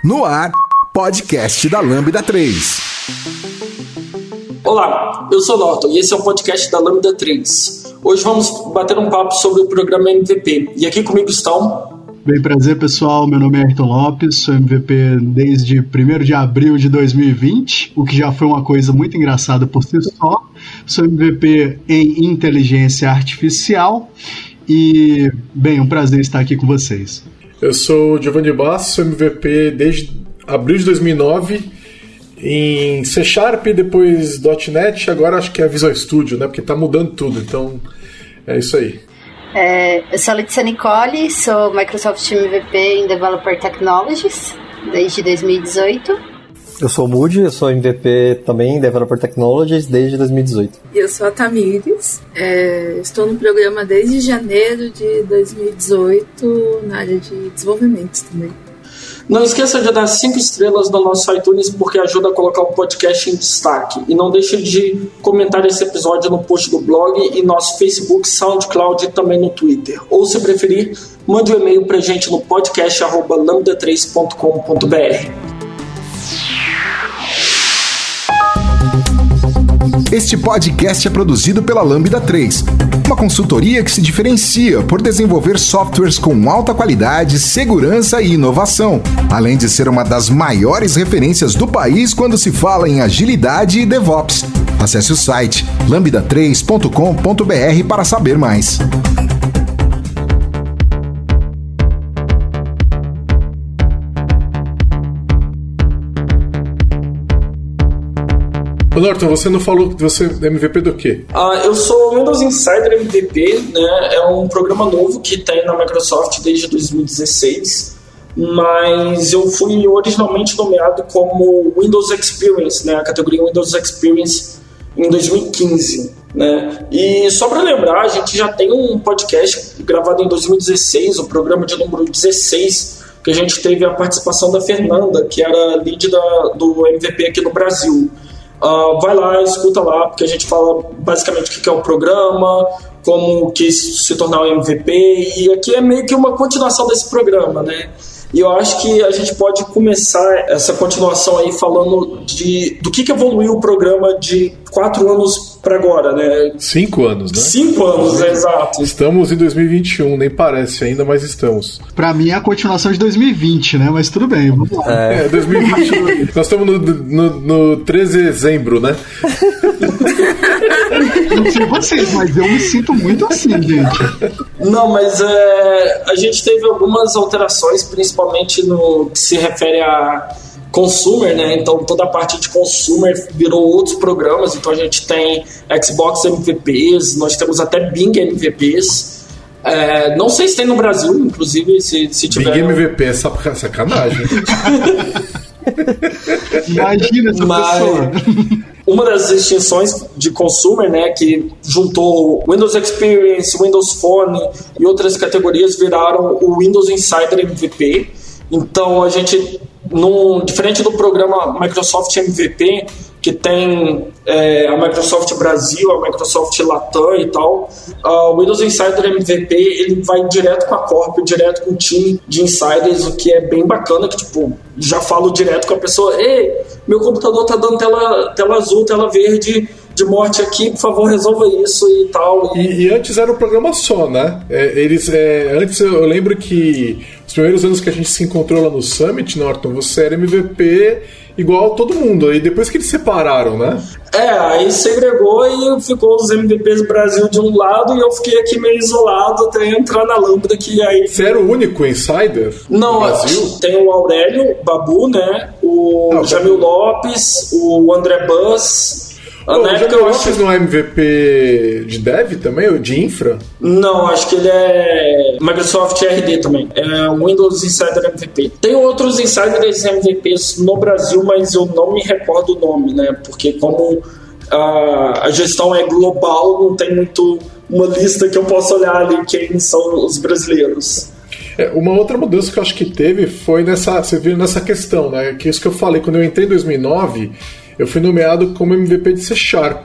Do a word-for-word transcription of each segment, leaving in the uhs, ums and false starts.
No ar, podcast da Lambda três. Olá, eu sou Norton e esse é o podcast da Lambda três. Hoje vamos bater um papo sobre o programa M V P. E aqui comigo estão... Bem, prazer pessoal, meu nome é Ayrton Lopes, sou M V P desde primeiro de abril de dois mil e vinte, o que já foi uma coisa muito engraçada por si só. Sou M V P em inteligência artificial e, bem, um prazer estar aqui com vocês. Eu sou o Giovanni Bassi, sou M V P desde abril de dois mil e nove em C Sharp, depois .NET, agora acho que é Visual Studio, né? Porque está mudando tudo, então é isso aí. É, eu sou a Letícia Nicole, sou Microsoft M V P em Developer Technologies desde dois mil e dezoito. Eu sou o Moody, eu sou M V P também em Developer Technologies desde dois mil e dezoito. Eu sou a Tamires, é, estou no programa desde janeiro de dois mil e dezoito na área de desenvolvimento também. Não esqueça de dar cinco estrelas no nosso iTunes porque ajuda a colocar o podcast em destaque. E não deixe de comentar esse episódio no post do blog e nosso Facebook, SoundCloud e também no Twitter. Ou, se preferir, mande um e-mail pra gente no podcast arroba lambda três ponto com ponto b r. Este podcast é produzido pela Lambda três, uma consultoria que se diferencia por desenvolver softwares com alta qualidade, segurança e inovação, além de ser uma das maiores referências do país quando se fala em agilidade e DevOps. Acesse o site lambda três ponto com ponto b r para saber mais. Ô Norton, você não falou que você é M V P do quê? Uh, eu sou Windows Insider M V P, né? É um programa novo que tem na Microsoft desde dois mil e dezesseis, mas eu fui originalmente nomeado como Windows Experience, né? A categoria Windows Experience em dois mil e quinze. Né? E só para lembrar, a gente já tem um podcast gravado em dois mil e dezesseis, o programa de número dezesseis, que a gente teve a participação da Fernanda, que era lead da, do M V P aqui no Brasil. Uh, vai lá, escuta lá, porque a gente fala basicamente o que é o programa, como que se tornar um M V P, e aqui é meio que uma continuação desse programa, né? E eu acho que a gente pode começar essa continuação aí falando de, do que, que evoluiu o programa de quatro anos para agora, né? Cinco anos, né? Cinco anos, é, exato. Estamos em dois mil e vinte e um, nem parece ainda, mas estamos. Pra mim é a continuação de dois mil e vinte, né? Mas tudo bem, vamos lá. É, é dois mil e vinte e um. Nós estamos no, no, no treze de dezembro, né? Não sei vocês, mas eu me sinto muito assim, gente. Não, mas é, a gente teve algumas alterações, principalmente no que se refere a consumer, né? Então toda a parte de consumer virou outros programas. Então a gente tem Xbox M V Ps, nós temos até Bing M V Ps. É, não sei se tem no Brasil, inclusive, se, se tiver. Bing M V P é sacanagem. Imagina essa Mas pessoa. Uma das extinções de consumer, né, que juntou Windows Experience, Windows Phone e outras categorias, viraram o Windows Insider M V P. Então a gente, num, diferente do programa Microsoft M V P, que tem é, a Microsoft Brasil, a Microsoft Latam e tal, o Windows Insider M V P ele vai direto com a Corp, direto com o time de insiders, o que é bem bacana, que tipo, já falo direto com a pessoa: ei, meu computador tá dando tela, tela azul, tela verde de morte aqui, por favor, resolva isso e tal. E, e antes era um programa só, né? É, eles, é, antes eu lembro que os primeiros anos que a gente se encontrou lá no Summit, Norton, você era M V P igual a todo mundo, aí depois que eles separaram, né? É, aí segregou e ficou os M V Ps Brasil de um lado e eu fiquei aqui meio isolado até entrar na Lambda, que aí... Você era o único insider Não, no Brasil? Tem o Aurélio Babu, né? O ah, Jamil Babu. Lopes, o André Bus... Oh, o Jamil Lopes acho... não é M V P de Dev também, ou de Infra? Não, acho que ele é Microsoft R D também. É Windows Insider M V P. Tem outros Insiders M V Ps no Brasil, mas eu não me recordo o nome, né? Porque como a, a gestão é global, não tem muito uma lista que eu possa olhar ali quem são os brasileiros. É, uma outra mudança que eu acho que teve foi nessa, você viu nessa questão, né? Que isso que eu falei, quando eu entrei em dois mil e nove, eu fui nomeado como M V P de C Sharp.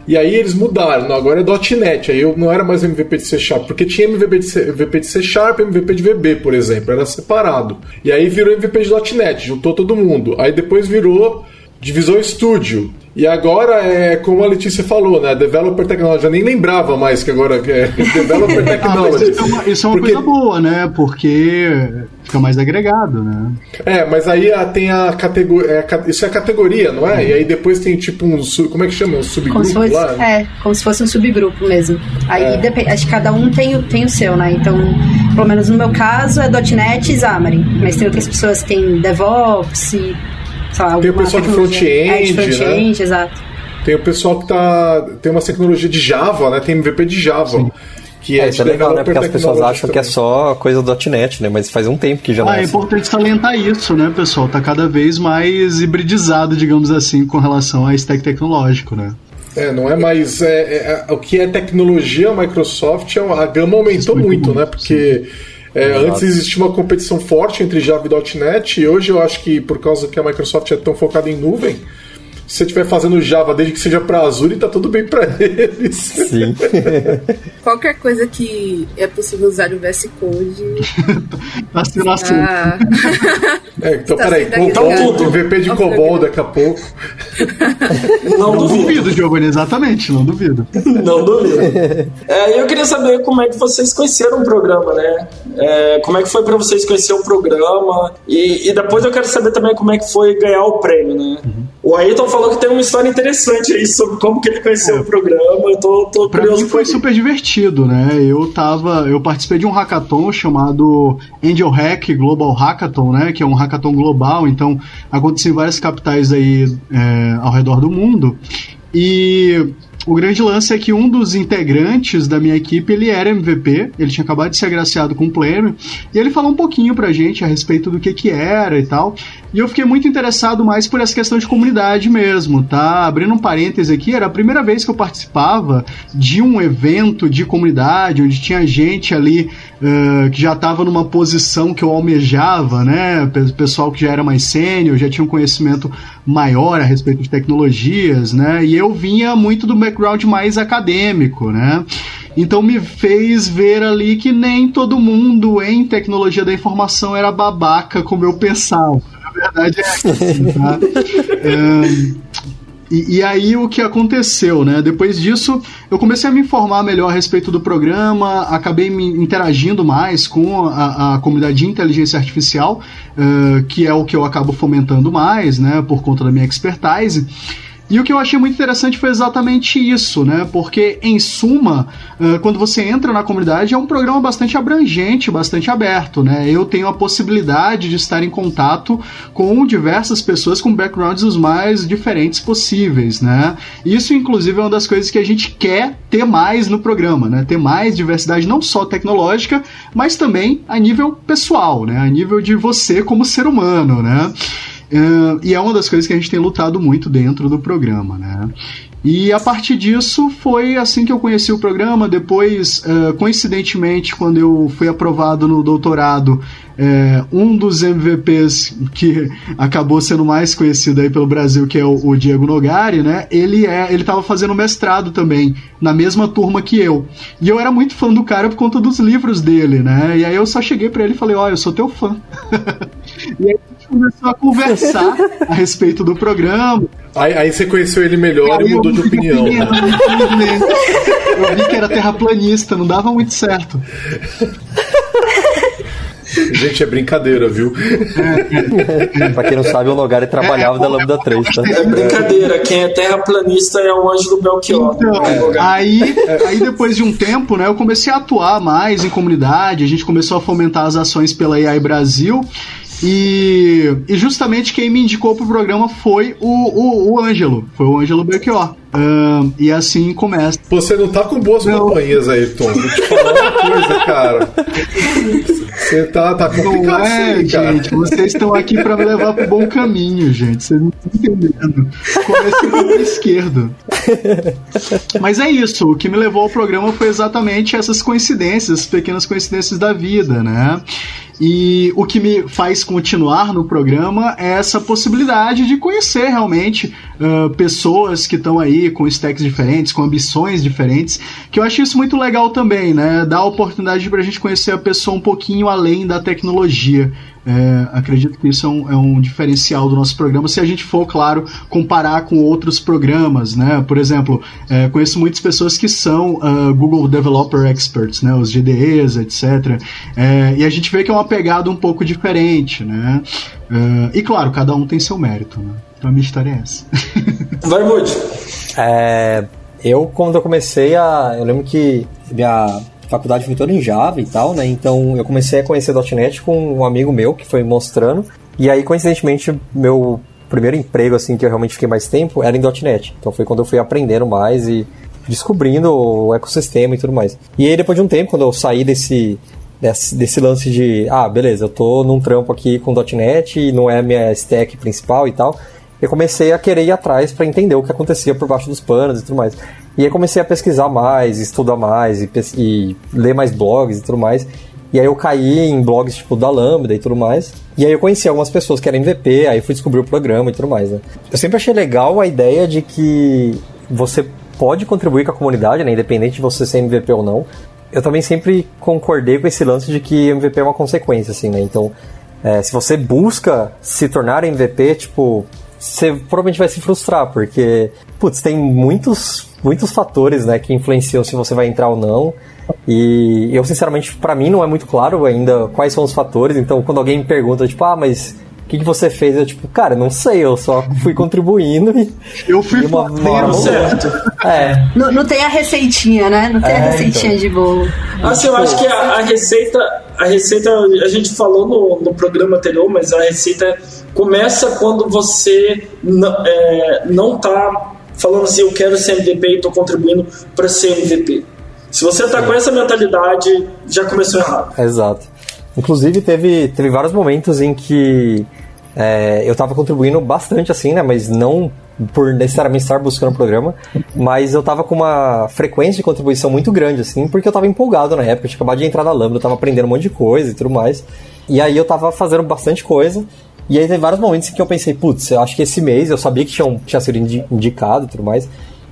E aí eles mudaram, não, agora é .NET, aí eu não era mais M V P de C Sharp, porque tinha M V P de C, M V P de C Sharp e M V P de V B, por exemplo, era separado. E aí virou M V P de .NET, juntou todo mundo. Aí depois virou de Visual Studio. E agora é como a Letícia falou, né? Developer Technology. Eu nem lembrava mais que agora é Developer Technology. Ah, isso é uma, isso é uma porque... coisa boa, né? Porque fica mais agregado, né? É, mas aí tem a categoria. É, isso é a categoria, não é? Uhum. E aí depois tem tipo um. Como é que chama? Um subgrupo como fosse, lá? É, como se fosse um subgrupo mesmo. Aí é. depende, acho que cada um tem, tem o seu, né? Então, pelo menos no meu caso é .NET e Xamarin. Mas tem outras pessoas que tem DevOps e. Lá, tem o pessoal de front-end, é, de front-end, né? Exato. Tem o pessoal que tá, tem uma tecnologia de Java, né? Tem M V P de Java. Sim. Que é, é, isso é legal, né? Porque as pessoas acham também. Que é só coisa do .NET, né? Mas faz um tempo que já não ah, é assim. É importante salientar isso, né, pessoal? Tá cada vez mais hibridizado, digamos assim, com relação a stack tecnológico, né? É, não é mais... É, é, é, o que é tecnologia, a Microsoft, a gama aumentou muito, muito, né? Porque... É, antes existia uma competição forte entre Java e .NET, e hoje eu acho que por causa que a Microsoft é tão focada em nuvem, se você estiver fazendo Java desde que seja para Azure, tá tudo bem para eles. Sim. Qualquer coisa que é possível usar o V S Code. Tá sendo assim. Ah. É, então tá peraí, Cobol, M V P de Cobol daqui a pouco. Não, não duvido, duvido Giovanni, exatamente, não duvido. Não duvido. É, eu queria saber como é que vocês conheceram o programa, né? É, como é que foi para vocês conhecer o programa? E, e depois eu quero saber também como é que foi ganhar o prêmio, né? Uhum. O Ayrton falou que tem uma história interessante aí sobre como que ele conheceu é. o programa. Eu tô, tô pra mim foi super divertido, né? Eu tava, eu participei de um hackathon chamado Angel Hack Global Hackathon, né? Que é um hackathon global, então aconteceu em várias capitais aí é, ao redor do mundo. E o grande lance é que um dos integrantes da minha equipe, ele era M V P, ele tinha acabado de ser agraciado com o prêmio, e ele falou um pouquinho pra gente a respeito do que que era e tal, e eu fiquei muito interessado mais por essa questão de comunidade mesmo, tá? Abrindo um parêntese aqui, era a primeira vez que eu participava de um evento de comunidade, onde tinha gente ali uh, que já estava numa posição que eu almejava, né? Pessoal que já era mais sênior, já tinha um conhecimento maior a respeito de tecnologias, né? E eu vinha muito do background mais acadêmico, né? Então me fez ver ali que nem todo mundo em tecnologia da informação era babaca como eu pensava. Na verdade é assim, tá? um, E, e aí o que aconteceu, né? Depois disso, eu comecei a me informar melhor a respeito do programa, acabei me interagindo mais com a, a comunidade de inteligência artificial, uh, que é o que eu acabo fomentando mais, né? Por conta da minha expertise. E o que eu achei muito interessante foi exatamente isso, né? Porque, em suma, uh, quando você entra na comunidade, é um programa bastante abrangente, bastante aberto, né? Eu tenho a possibilidade de estar em contato com diversas pessoas com backgrounds os mais diferentes possíveis, né? Isso, inclusive, é uma das coisas que a gente quer ter mais no programa, né? Ter mais diversidade, não só tecnológica, mas também a nível pessoal, né? A nível de você como ser humano, né? Uh, e é uma das coisas que a gente tem lutado muito dentro do programa, né? E a partir disso foi assim que eu conheci o programa. Depois, uh, coincidentemente, quando eu fui aprovado no doutorado, uh, um dos M V Ps que acabou sendo mais conhecido aí pelo Brasil, que é o, o Diego Nogari, né? Ele é, ele estava fazendo mestrado também, na mesma turma que eu. E eu era muito fã do cara por conta dos livros dele, né? E aí eu só cheguei para ele e falei, ó, oh, eu sou teu fã. E aí começou a conversar a respeito do programa. Aí, aí você conheceu ele melhor aí e mudou de opinião. opinião né? Eu vi que era terraplanista, não dava muito certo. Gente, é brincadeira, viu? É, é. Pra quem não sabe, o Nogari trabalhava é, é, da Lambda três, tá? É brincadeira, quem é terraplanista é o anjo do Belchior. Então, é, aí, aí depois de um tempo, né, eu comecei a atuar mais em comunidade, a gente começou a fomentar as ações pela A I Brasil. E, e justamente quem me indicou pro programa foi o, o, o Ângelo, foi o Ângelo Belchior. Uh, e assim começa. Você não tá com boas não. companhias aí, Tom. Vou te falar uma coisa, cara. Você tá, tá complicado. Não é, assim, cara. Gente, vocês estão aqui pra me levar pro bom caminho, gente. Vocês não estão entendendo. Comecei pelo esquerdo. Mas é isso, o que me levou ao programa foi exatamente essas coincidências, pequenas coincidências da vida, né? E o que me faz continuar no programa é essa possibilidade de conhecer realmente uh, pessoas que estão aí com stacks diferentes, com ambições diferentes, que eu acho isso muito legal também, né? Dá a oportunidade pra gente conhecer a pessoa um pouquinho além da tecnologia. É, acredito que isso é um, é um diferencial do nosso programa, se a gente for, claro, comparar com outros programas, né? Por exemplo, é, conheço muitas pessoas que são uh, Google Developer Experts, né? Os G D Es, etcétera. É, e a gente vê que é uma pegada um pouco diferente, né? É, e claro, cada um tem seu mérito, né? Então a minha história é essa. Vai, Moody. É, eu, quando eu comecei a... Eu lembro que minha faculdade foi toda em Java e tal, né? Então eu comecei a conhecer .ponto net com um amigo meu que foi mostrando. E aí, coincidentemente, meu primeiro emprego, assim, que eu realmente fiquei mais tempo, era em .ponto net. Então foi quando eu fui aprendendo mais e descobrindo o ecossistema e tudo mais. E aí, depois de um tempo, quando eu saí desse, desse, desse lance de, ah, beleza, eu tô num trampo aqui com .ponto net e não é a minha stack principal e tal, eu comecei a querer ir atrás para entender o que acontecia por baixo dos panos e tudo mais. E aí comecei a pesquisar mais, estudar mais e, e ler mais blogs e tudo mais. E aí eu caí em blogs tipo da Lambda e tudo mais. E aí eu conheci algumas pessoas que eram M V P, aí fui descobrir o programa e tudo mais, né? Eu sempre achei legal a ideia de que você pode contribuir com a comunidade, né? Independente de você ser M V P ou não. Eu também sempre concordei com esse lance de que M V P é uma consequência, assim, né? Então, é, se você busca se tornar M V P, tipo... você provavelmente vai se frustrar, porque, putz, tem muitos, muitos fatores, né, que influenciam se você vai entrar ou não, e eu, sinceramente, pra mim não é muito claro ainda quais são os fatores, então quando alguém me pergunta, tipo, ah, mas o que, que você fez? Eu, tipo, cara, não sei, eu só fui contribuindo e... Eu fui fazendo certo. É. Não, não tem a receitinha, né? Não tem é, a receitinha então. de bolo. Assim, eu acho que a, a receita, a receita, a gente falou no, no programa anterior, mas a receita começa quando você não, é, não tá falando assim, eu quero ser M V P e tô contribuindo para ser M V P. Se você tá com essa mentalidade, já começou errado. Exato. Inclusive, teve, teve vários momentos em que é, eu tava contribuindo bastante, assim, né? Mas não por necessariamente estar buscando o programa, mas eu tava com uma frequência de contribuição muito grande, assim, porque eu tava empolgado na época, eu tinha acabado de entrar na Lambda, eu tava aprendendo um monte de coisa e tudo mais. E aí eu tava fazendo bastante coisa, e aí tem vários momentos em que eu pensei, putz, eu acho que esse mês, eu sabia que tinha, tinha sido indicado e tudo mais,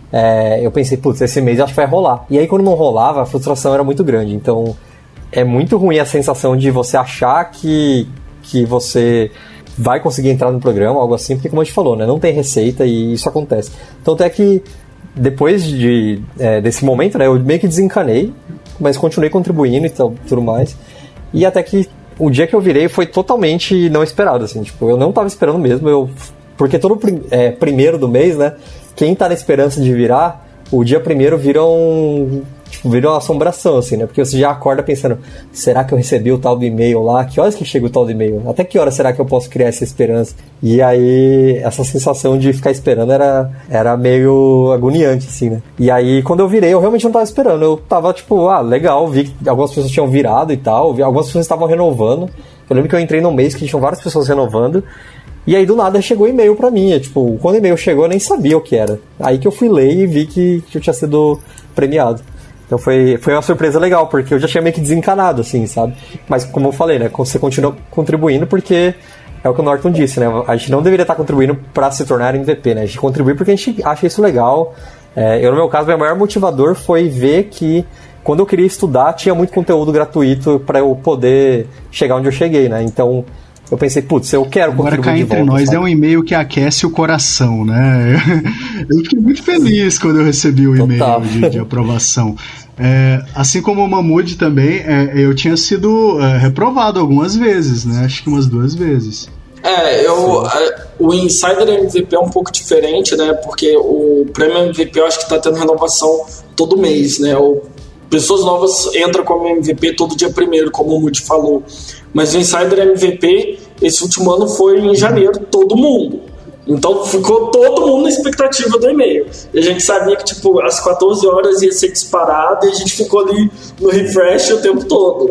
é, eu pensei, putz, esse mês eu acho que vai rolar. E aí quando não rolava, a frustração era muito grande, então é muito ruim a sensação de você achar que, que você vai conseguir entrar no programa, algo assim, porque como a gente falou, né, não tem receita e isso acontece. Então até que depois de, é, desse momento, né, eu meio que desencanei, mas continuei contribuindo e tal, tudo mais, e até que o dia que eu virei foi totalmente não esperado, assim, tipo, eu não tava esperando mesmo, eu, porque todo é, primeiro do mês, né, quem tá na esperança de virar, o dia primeiro vira um... Tipo, virou uma assombração, assim, né? Porque você já acorda pensando, será que eu recebi o tal do e-mail lá? Que horas que chega o tal do e-mail? Até que hora será que eu posso criar essa esperança? E aí, essa sensação de ficar esperando era, era meio agoniante, assim, né? E aí, quando eu virei, eu realmente não tava esperando. Eu tava, tipo, ah, legal, vi que algumas pessoas tinham virado e tal, vi, algumas pessoas estavam renovando. Eu lembro que eu entrei num mês que tinham várias pessoas renovando. E aí, do nada, chegou e-mail pra mim. É, tipo, quando o e-mail chegou, eu nem sabia o que era. Aí que eu fui ler e vi que, que eu tinha sido premiado. Então foi, foi uma surpresa legal, porque eu já tinha meio que desencanado, assim, sabe? Mas como eu falei, né? Você continua contribuindo porque é o que o Norton disse, né? A gente não deveria estar contribuindo para se tornar M V P, né? A gente contribui porque a gente acha isso legal. É, eu, no meu caso, meu maior motivador foi ver que quando eu queria estudar, tinha muito conteúdo gratuito para eu poder chegar onde eu cheguei, né? Então... eu pensei, putz, eu quero Agora, contribuir cá de entre volta, nós sabe? É um e-mail que aquece o coração, né? Eu fiquei muito feliz quando eu recebi o e-mail de, de aprovação. É, assim como o Mahmoud também, é, eu tinha sido é, reprovado algumas vezes, né? Acho que umas duas vezes. É, eu, a, o Insider M V P é um pouco diferente, né? Porque o Prêmio M V P eu acho que está tendo renovação todo mês, né? O, pessoas novas entram como M V P todo dia primeiro, como o Moody falou. Mas o Insider M V P, esse último ano foi em janeiro, todo mundo. Então ficou todo mundo na expectativa do e-mail. E a gente sabia que tipo, às quatorze horas ia ser disparado e a gente ficou ali no refresh o tempo todo.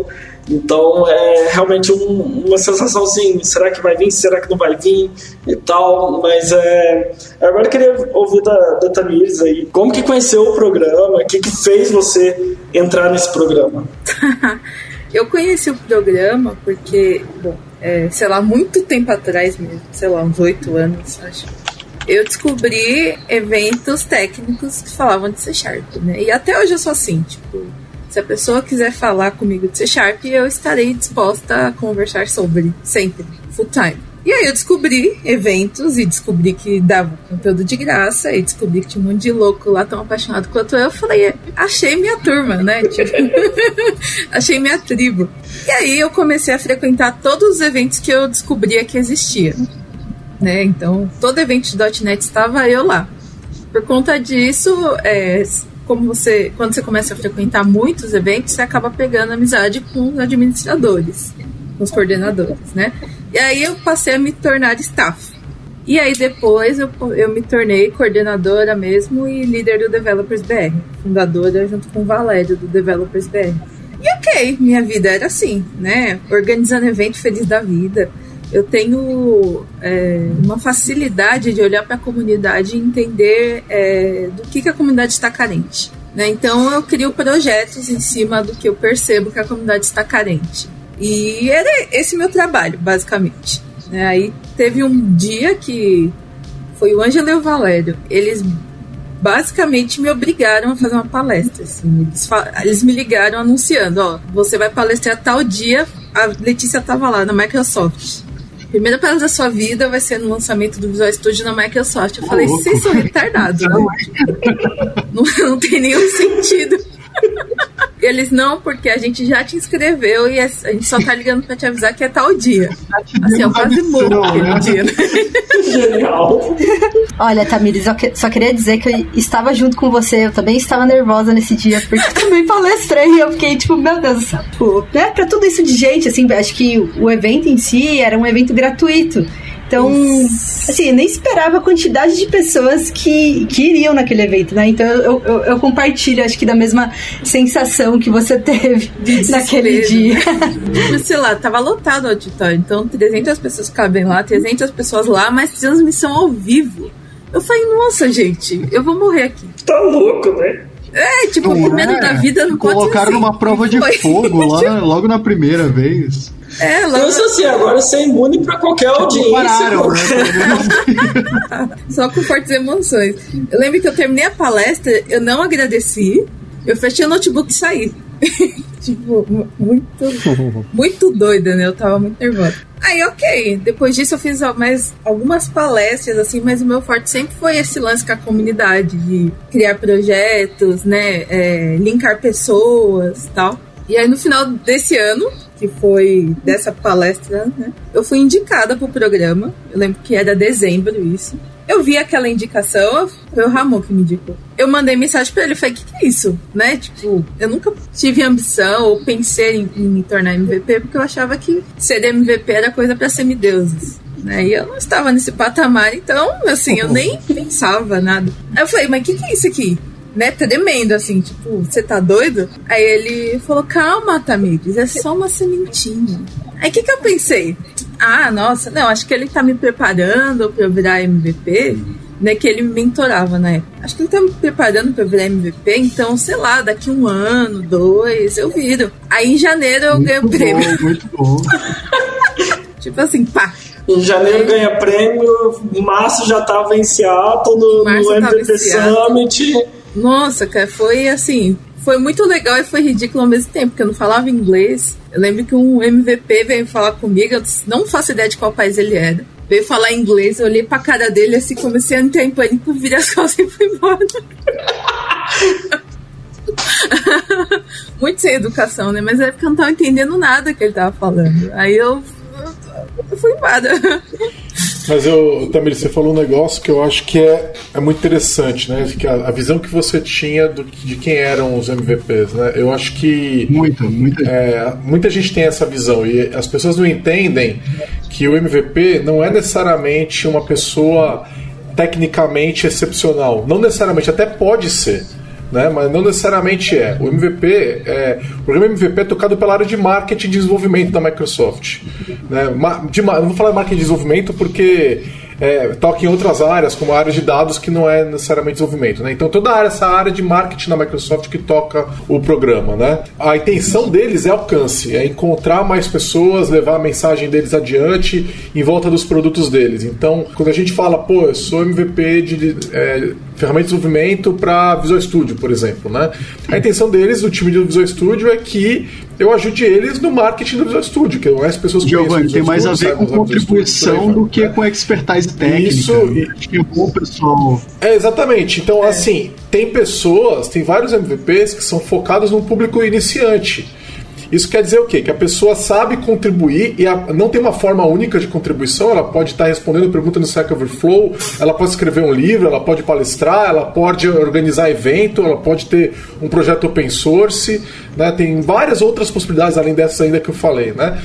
Então é realmente um, uma sensação assim, será que vai vir, será que não vai vir e tal, mas é, agora eu queria ouvir da, da Tamires aí, como que conheceu o programa, o que, que fez você entrar nesse programa? Eu conheci o programa porque, bom, é, sei lá, muito tempo atrás mesmo, sei lá, uns oito anos, acho, eu descobri eventos técnicos que falavam de C Sharp, né? E até hoje eu sou assim, tipo, se a pessoa quiser falar comigo de C Sharp, eu estarei disposta a conversar sobre, sempre, full time. E aí eu descobri eventos e descobri que dava conteúdo de graça e descobri que tinha um monte de louco lá tão apaixonado quanto eu. Eu falei, achei minha turma, né? Tipo, achei minha tribo. E aí eu comecei a frequentar todos os eventos que eu descobria que existia. Né? Então, todo evento de .ponto net estava eu lá. Por conta disso, é, como você, quando você começa a frequentar muitos eventos, você acaba pegando amizade com os administradores, com os coordenadores, né? E aí eu passei a me tornar staff. E aí depois eu, eu me tornei coordenadora mesmo e líder do Developers B R, fundadora junto com o Valério do Developers B R. E ok, minha vida era assim, né? Organizando evento feliz da vida. Eu tenho é, uma facilidade de olhar para a comunidade e entender é, do que, que a comunidade está carente. Né? Então eu crio projetos em cima do que eu percebo que a comunidade está carente. E era esse meu trabalho, basicamente. Né? Aí teve um dia que foi o Ângelo e o Valério. Eles basicamente me obrigaram a fazer uma palestra. Assim. Eles, eles me ligaram anunciando, ó, você vai palestrar tal dia. A Letícia estava lá na Microsoft. Primeira palestra da sua vida vai ser no lançamento do Visual Studio na Microsoft. Eu falei, vocês são retardados, né? não, não tem nenhum sentido. Eles, não, porque a gente já te inscreveu e a gente só tá ligando pra te avisar que é tal dia. Assim, eu quase morro aquele dia, né? Genial. Olha, Tamires, eu só queria dizer que eu estava junto com você, eu também estava nervosa nesse dia, porque eu também palestrei e eu fiquei tipo, meu Deus do céu, pô, né? Pra tudo isso de gente, assim, acho que o evento em si era um evento gratuito. Então, assim, eu nem esperava a quantidade de pessoas que, que iriam naquele evento, né? Então, eu, eu, eu compartilho, acho que da mesma sensação que você teve naquele dia. Sei lá, tava lotado o auditório, então trezentas pessoas cabem lá, trezentas pessoas lá, mas transmissão ao vivo. Eu falei, nossa, gente, eu vou morrer aqui. Tá louco, né? É, tipo, o primeiro é, da vida não pode ser. Colocaram assim. numa prova de Foi. fogo lá, logo na primeira vez. É, logo... Então, assim, agora você é imune pra qualquer audiência. Pararam, né? Só com fortes emoções. Eu lembro que eu terminei a palestra, eu não agradeci, eu fechei o notebook e saí. Tipo, muito, muito doida, né? Eu tava muito nervosa. Aí, ok. Depois disso eu fiz mais algumas palestras, assim, mas o meu forte sempre foi esse lance com a comunidade, de criar projetos, né? É, linkar pessoas e tal. E aí, no final desse ano, que foi dessa palestra, né? Eu fui indicada pro programa. Eu lembro que era dezembro isso. Eu vi aquela indicação, foi o Ramon que me indicou. Eu mandei mensagem pra ele, eu falei, o que, que é isso? Né? Tipo, eu nunca tive ambição ou pensei em, em me tornar M V P, porque eu achava que ser M V P era coisa pra semideuses. Né? E eu não estava nesse patamar, então, assim, eu nem pensava nada. Aí eu falei, mas o que, que é isso aqui? Né, tremendo, assim, tipo, você tá doido? Aí ele falou, calma, Tamires, é só uma sementinha. Aí o que que eu pensei? Ah, nossa, não, acho que ele tá me preparando pra eu virar M V P, né, que ele me mentorava na época. Acho que ele tá me preparando pra eu virar M V P, então, sei lá, daqui um ano, dois, eu viro. Aí em janeiro eu muito ganho o bom, prêmio. Muito bom. Tipo assim, pá. Em janeiro ganha prêmio, em março já tava em Seattle, no, no M V P Summit. Nossa, cara, foi assim, foi muito legal e foi ridículo ao mesmo tempo, porque eu não falava inglês. Eu lembro que um M V P veio falar comigo, eu não faço ideia de qual país ele era. Veio falar inglês, eu olhei pra cara dele assim, comecei a entrar em pânico, virei as costas e fui embora. Muito sem educação, né? Mas é porque eu não tava entendendo nada que ele tava falando. Aí eu, eu fui embora. Mas eu, Tamires, você falou um negócio que eu acho que é, é muito interessante, né? Que a, a visão que você tinha do, de quem eram os M V Ps, né? Eu acho que muita, muita, é, muita gente tem essa visão e as pessoas não entendem que o M V P não é necessariamente uma pessoa tecnicamente excepcional. Não necessariamente, até pode ser. né? Mas não necessariamente é. O M V P, é, o programa M V P é tocado pela área de marketing e desenvolvimento da Microsoft, né? De, não vou falar de marketing e desenvolvimento porque é, toca em outras áreas, como a área de dados, que não é necessariamente desenvolvimento, né? Então toda a área, essa área de marketing na Microsoft que toca o programa, né? A intenção deles é alcance, é encontrar mais pessoas, levar a mensagem deles adiante em volta dos produtos deles. Então, quando a gente fala, pô, eu sou M V P de é, ferramenta de desenvolvimento para Visual Studio, por exemplo, né? A intenção deles, do time do Visual Studio, é que eu ajude eles no marketing do Visual Studio, que não é as pessoas que Giovanni, tem mais a ver com contribuição do que com expertise técnica. Isso, e... acho que é bom, pessoal. É, exatamente. Então, é. assim, tem pessoas, tem vários M V Ps que são focados no público iniciante. Isso quer dizer o quê? Que a pessoa sabe contribuir e a, não tem uma forma única de contribuição. Ela pode estar respondendo perguntas no Stack Overflow, ela pode escrever um livro, ela pode palestrar, ela pode organizar evento, ela pode ter um projeto open source, né? Tem várias outras possibilidades além dessas ainda que eu falei, né?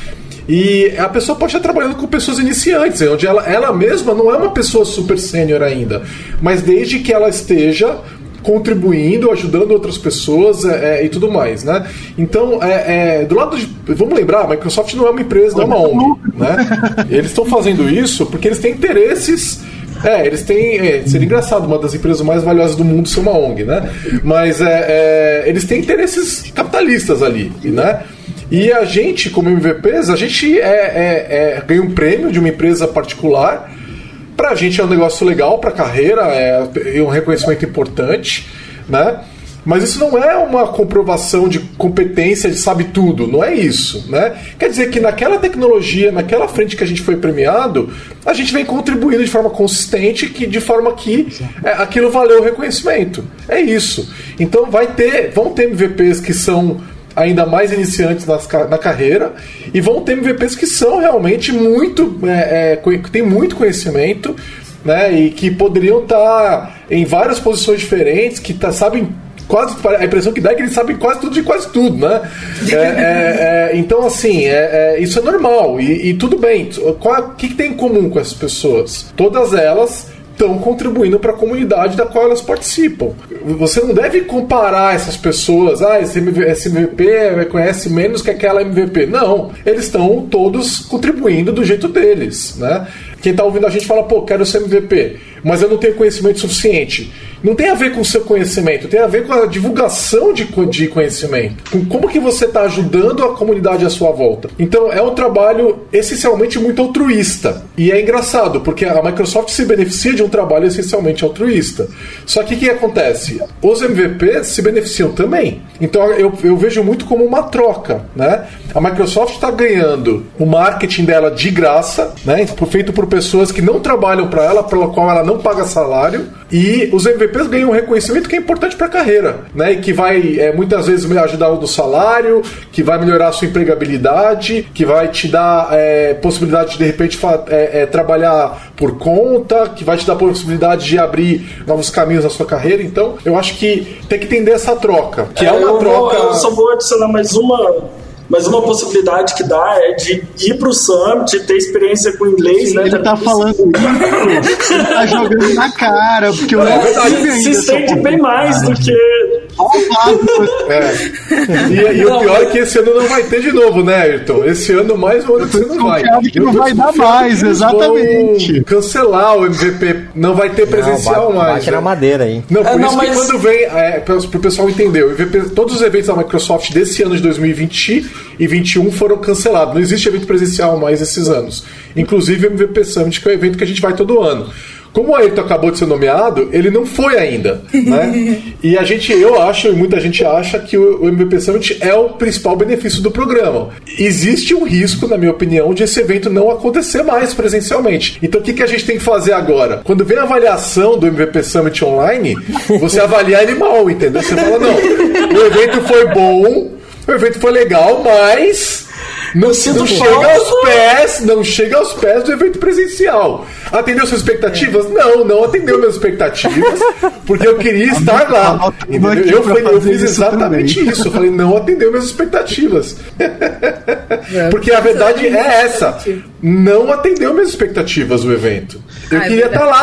E a pessoa pode estar trabalhando com pessoas iniciantes, onde ela, ela mesma não é uma pessoa super sênior ainda, mas desde que ela esteja contribuindo, ajudando outras pessoas é, é, e tudo mais, né? Então, é, é, do lado de... Vamos lembrar, a Microsoft não é uma empresa, não é uma O N G, né? Eles estão fazendo isso porque eles têm interesses... É, eles têm... É, seria engraçado uma das empresas mais valiosas do mundo ser uma O N G, né? Mas é, é, eles têm interesses capitalistas ali, né? E a gente, como M V Ps, a gente é, é, é, ganha um prêmio de uma empresa particular. Pra gente é um negócio legal pra carreira, é um reconhecimento importante, né? Mas isso não é uma comprovação de competência, de sabe tudo, não é isso, né? Quer dizer que naquela tecnologia, naquela frente que a gente foi premiado, a gente vem contribuindo de forma consistente, que, de forma que é, aquilo valeu o reconhecimento. É isso. Então vai ter, vão ter M V Ps que são ainda mais iniciantes nas, na carreira, e vão ter M V Ps que são realmente muito, é, é, que tem muito conhecimento, né, e que poderiam estar em várias posições diferentes, que tá, sabem quase, a impressão que dá é que eles sabem quase tudo de quase tudo, né? É, é, é, então, assim, é, é, isso é normal, e, e tudo bem. O que, que tem em comum com essas pessoas? Todas elas estão contribuindo para a comunidade da qual elas participam. Você não deve comparar essas pessoas, ah, esse M V P conhece menos que aquela M V P. Não, eles estão todos contribuindo do jeito deles, né? Quem está ouvindo a gente fala, pô, quero ser M V P, mas eu não tenho conhecimento suficiente. Não tem a ver com o seu conhecimento, tem a ver com a divulgação de, de conhecimento, com como que você está ajudando a comunidade à sua volta. Então é um trabalho essencialmente muito altruísta. E é engraçado, porque a Microsoft se beneficia de um trabalho essencialmente altruísta. Só que o que acontece? Os M V Ps se beneficiam também. Então eu, eu vejo muito como uma troca, né? A Microsoft está ganhando o marketing dela de graça, né? Feito por pessoas que não trabalham para ela, pela qual ela não paga salário, e os M V Ps ganham um reconhecimento que é importante para a carreira, né? E que vai é, muitas vezes ajudar no salário, que vai melhorar a sua empregabilidade, que vai te dar é, possibilidade de de repente é, é, trabalhar por conta, que vai te dar possibilidade de abrir novos caminhos na sua carreira. Então eu acho que tem que entender essa troca, que é, é uma eu troca. Vou, eu só vou adicionar mais uma. Mas uma possibilidade que dá é de ir pro Summit, ter experiência com inglês, Sim, né? Ele tá falando isso, ele tá jogando na cara, porque eu é, não se, ainda se estende bem mais do que... É. E, e o pior é que esse ano não vai ter de novo, né, Ayrton? Esse ano mais um ano que você não vai. Que não vai dar mais, exatamente. Cancelar o M V P, não vai ter presencial não, bate, mais. Bate né? na madeira aí. Não, por é, não, isso mas... que quando vem, é, para o pessoal entender, o M V P, todos os eventos da Microsoft desse ano de dois mil e vinte e vinte e um foram cancelados. Não existe evento presencial mais esses anos. Inclusive o M V P Summit, que é o evento que a gente vai todo ano. Como o Ayrton acabou de ser nomeado, ele não foi ainda, né? E a gente, eu acho, e muita gente acha que o M V P Summit é o principal benefício do programa. Existe um risco, na minha opinião, de esse evento não acontecer mais presencialmente. Então o que, que a gente tem que fazer agora? Quando vem a avaliação do M V P Summit online, você avalia ele mal, entendeu? Você fala, não, o evento foi bom, o evento foi legal, mas... Não, não chega aos pés, não chega aos pés do evento presencial. Atendeu suas expectativas? Não, não atendeu minhas expectativas, porque eu queria estar lá. Entendeu? Eu, fui, eu fiz exatamente isso. Eu falei, não atendeu minhas expectativas. Porque a verdade é essa. Não atendeu minhas expectativas o evento. Eu queria estar lá.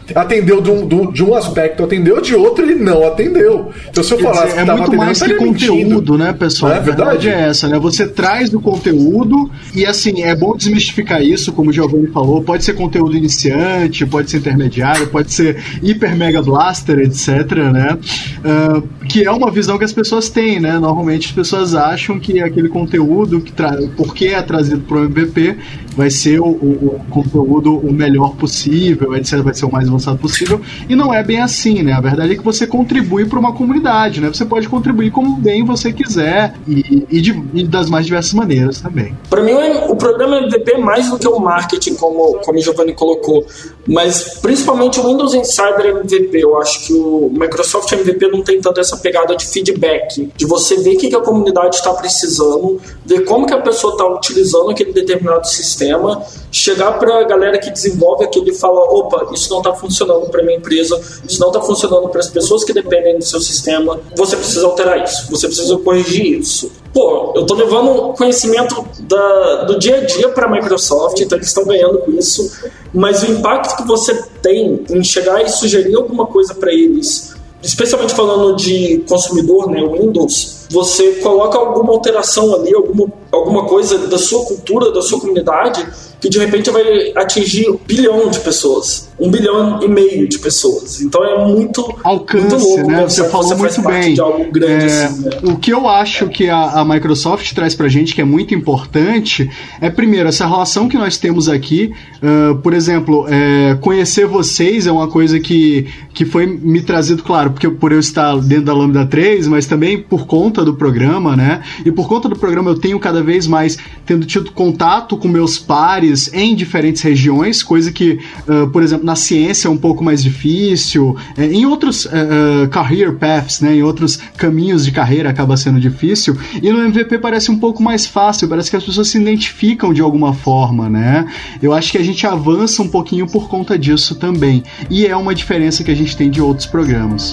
atendeu de um, de um aspecto, atendeu de outro, ele não atendeu. Então se eu falasse que é tava muito mais que conteúdo, né, pessoal? Não é verdade? A verdade é essa, né? Você traz o conteúdo e, assim, é bom desmistificar isso, como o Giovanni falou, pode ser conteúdo iniciante, pode ser intermediário, pode ser hiper mega blaster, etc, né? Uh, que é uma visão que as pessoas têm, né? Normalmente as pessoas acham que aquele conteúdo, que tra... porque é trazido para o M V P, vai ser o, o, o conteúdo o melhor possível, etcétera, vai ser o mais avançado possível, e não é bem assim, né? A verdade é que você contribui para uma comunidade, né? Você pode contribuir como bem você quiser e, e, de, e das mais diversas maneiras também. Para mim, o programa M V P é mais do que o marketing, como, como o Giovanni colocou, mas principalmente o Windows Insider M V P. Eu acho que o Microsoft M V P não tem tanto essa pegada de feedback, de você ver o que a comunidade está precisando, ver como que a pessoa está utilizando aquele determinado sistema, chegar para a galera que desenvolve aquilo e falar, opa, isso não está funcionando para minha empresa, isso não está funcionando para as pessoas que dependem do seu sistema, você precisa alterar isso, você precisa corrigir isso. Pô, eu estou levando conhecimento da, do dia a dia para a Microsoft, então eles estão ganhando com isso, mas o impacto que você tem em chegar e sugerir alguma coisa para eles, especialmente falando de consumidor, né, Windows, você coloca alguma alteração ali, alguma, alguma coisa da sua cultura, da sua comunidade, que de repente vai atingir um bilhão de pessoas, um bilhão e meio de pessoas. Então é muito alcance, muito louco, né? Você falou você muito bem. De algo grande, é, assim, né? O que eu acho que a, a Microsoft traz pra gente, que é muito importante, é primeiro essa relação que nós temos aqui. Uh, por exemplo, é, conhecer vocês é uma coisa que, que foi me trazido, claro, porque por eu estar dentro da Lambda três, mas também por conta do programa, né? E por conta do programa eu tenho cada vez mais tendo tido contato com meus pares em diferentes regiões, coisa que, uh, por exemplo, na ciência é um pouco mais difícil, é, em outros uh, uh, career paths, né, em outros caminhos de carreira acaba sendo difícil, e no M V P parece um pouco mais fácil, parece que as pessoas se identificam de alguma forma, né? Eu acho que a gente avança um pouquinho por conta disso também, e é uma diferença que a gente tem de outros programas.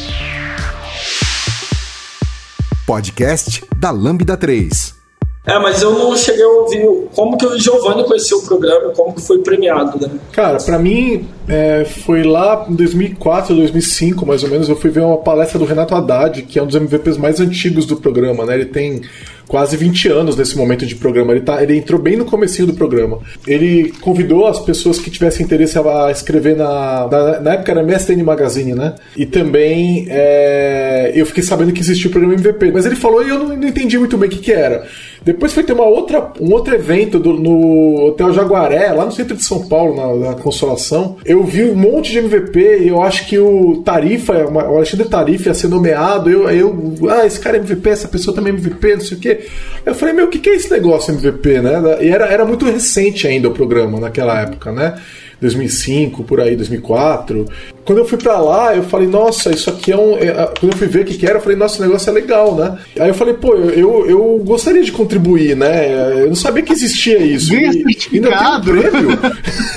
Podcast da Lambda três. É, mas eu não cheguei a ouvir como que o Giovanni conheceu o programa, como que foi premiado, né? Cara, pra mim, é, foi lá em dois mil e quatro, dois mil e cinco, mais ou menos, eu fui ver uma palestra do Renato Haddad, que é um dos M V Ps mais antigos do programa, né? Ele tem quase vinte anos nesse momento de programa. Ele, tá, ele entrou bem no comecinho do programa. Ele convidou as pessoas que tivessem interesse a escrever na... Na, na época era M S T N Magazine, né? E também é, eu fiquei sabendo que existia o programa M V P. Mas ele falou e eu não, não entendi muito bem o que, que era. Depois foi ter uma outra, um outro evento do, no Hotel Jaguaré, lá no centro de São Paulo, na, na Consolação. Eu vi um monte de M V P e eu acho que o Tarifa, o Alexandre Tarifa ia ser nomeado. Eu, eu, ah, esse cara é M V P, essa pessoa também é M V P, não sei o quê. Eu falei, meu, o que, que é esse negócio M V P, né? E era, era muito recente ainda o programa naquela época, né? dois mil e cinco, por aí, dois mil e quatro. Quando eu fui pra lá, eu falei, nossa, isso aqui é um... Quando eu fui ver o que que era, eu falei, nossa, esse negócio é legal, né? Aí eu falei, pô, eu, eu, eu gostaria de contribuir, né? Eu não sabia que existia isso. Ganha certificado. Ainda tem um prêmio.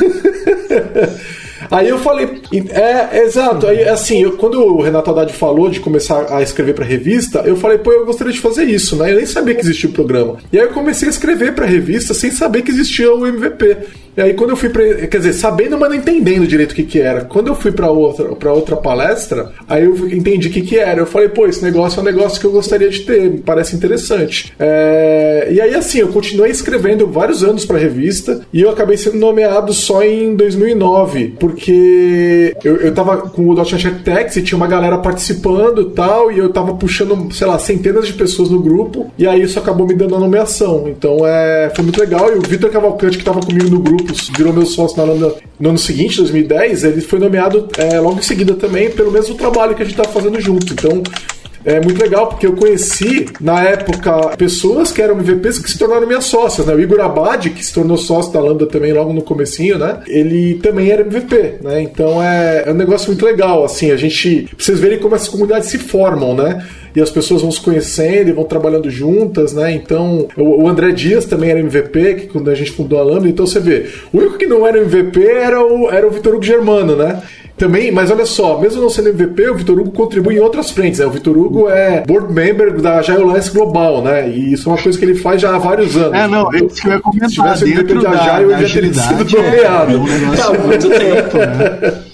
Aí eu falei, é, exato, aí assim, eu, quando o Renato Haddad falou de começar a escrever pra revista, eu falei, pô, eu gostaria de fazer isso, né? Eu nem sabia que existia o programa. E aí eu comecei a escrever pra revista sem saber que existia o M V P. E aí quando eu fui pra... Quer dizer, sabendo, mas não entendendo direito o que que era. Quando eu fui pra outra, pra outra palestra, aí eu entendi o que que era. Eu falei, pô, esse negócio é um negócio que eu gostaria de ter, me parece interessante. É... E aí assim, eu continuei escrevendo vários anos pra revista e eu acabei sendo nomeado só em dois mil e nove, porque eu, eu tava com o .ponto net Architects e tinha uma galera participando e tal, e eu tava puxando, sei lá, centenas de pessoas no grupo, e aí isso acabou me dando a nomeação. Então é... foi muito legal, e o Vitor Cavalcante, que tava comigo no grupo, virou meu sócio na Lambda no ano seguinte, dois mil e dez, ele foi nomeado é, logo em seguida também pelo mesmo trabalho que a gente tá fazendo junto. Então é muito legal, porque eu conheci na época pessoas que eram M V Ps que se tornaram minhas sócias, né? O Igor Abad, que se tornou sócio da Lambda também logo no comecinho, né? Ele também era M V P, né? Então é, é um negócio muito legal, assim, a gente... Pra vocês verem como essas comunidades se formam, né? E as pessoas vão se conhecendo e vão trabalhando juntas, né? Então, o André Dias também era M V P, que quando a gente fundou a Lambda, então você vê, o único que não era M V P era o, era o Vitor Hugo Germano, né? Também, mas olha só, mesmo não sendo M V P, o Vitor Hugo contribui em outras frentes, né? O Vitor Hugo é board member da Agile Alliance Global, né? E isso é uma coisa que ele faz já há vários anos. É, não, é isso que eu ia comentar. Se tivesse M V P de Agile, ele já teria sido nomeado. É um negócio há muito tempo, né?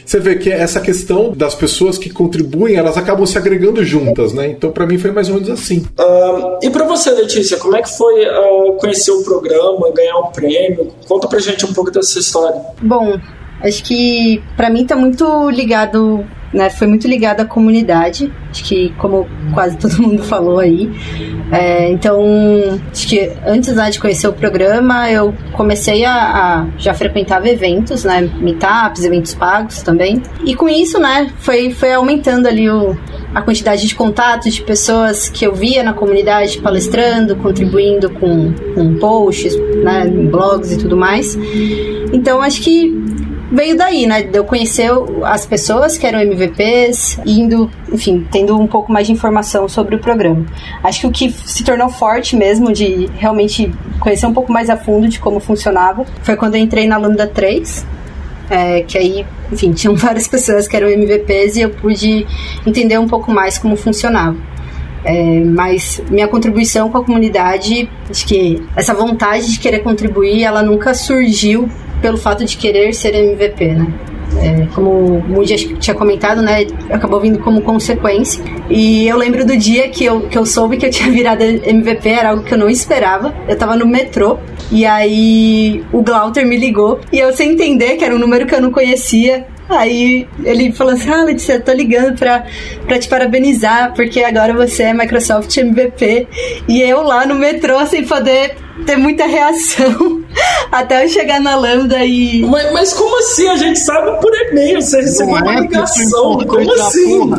você vê que essa questão das pessoas que contribuem, elas acabam se agregando juntas, né? Então, para mim, foi mais ou menos assim. Uh, e para você, Letícia, como é que foi uh, conhecer o programa, ganhar um prêmio? Conta pra gente um pouco dessa história. Bom, acho que para mim tá muito ligado, né? Foi muito ligado à comunidade. Acho que, como quase todo mundo falou aí. É, então, acho que antes, né, de conhecer o programa, eu comecei a, a já frequentava eventos, né? Meetups, eventos pagos também. E com isso, né? Foi, foi aumentando ali o, a quantidade de contatos de pessoas que eu via na comunidade palestrando, contribuindo com, com posts, né? Blogs e tudo mais. Então, acho que veio daí, né, de eu conhecer as pessoas que eram M V Ps, indo, enfim, tendo um pouco mais de informação sobre o programa. Acho que o que se tornou forte mesmo, de realmente conhecer um pouco mais a fundo de como funcionava, foi quando eu entrei na Lambda três, é, que aí, enfim, tinham várias pessoas que eram M V Ps e eu pude entender um pouco mais como funcionava. É, mas minha contribuição com a comunidade, acho que essa vontade de querer contribuir, ela nunca surgiu pelo fato de querer ser M V P, né? É, como o Moody tinha comentado, né? Acabou vindo como consequência. E eu lembro do dia que eu, que eu soube que eu tinha virado M V P, era algo que eu não esperava. Eu tava no metrô, e aí o Glauter me ligou, e eu sem entender que era um número que eu não conhecia. Aí ele falou assim: ah, Letícia, eu tô ligando pra, pra te parabenizar, porque agora você é Microsoft M V P. E eu lá no metrô sem poder ter muita reação até eu chegar na Lambda e... Mas, mas como assim? A gente sabe por e-mail, você recebeu uma ligação, como assim?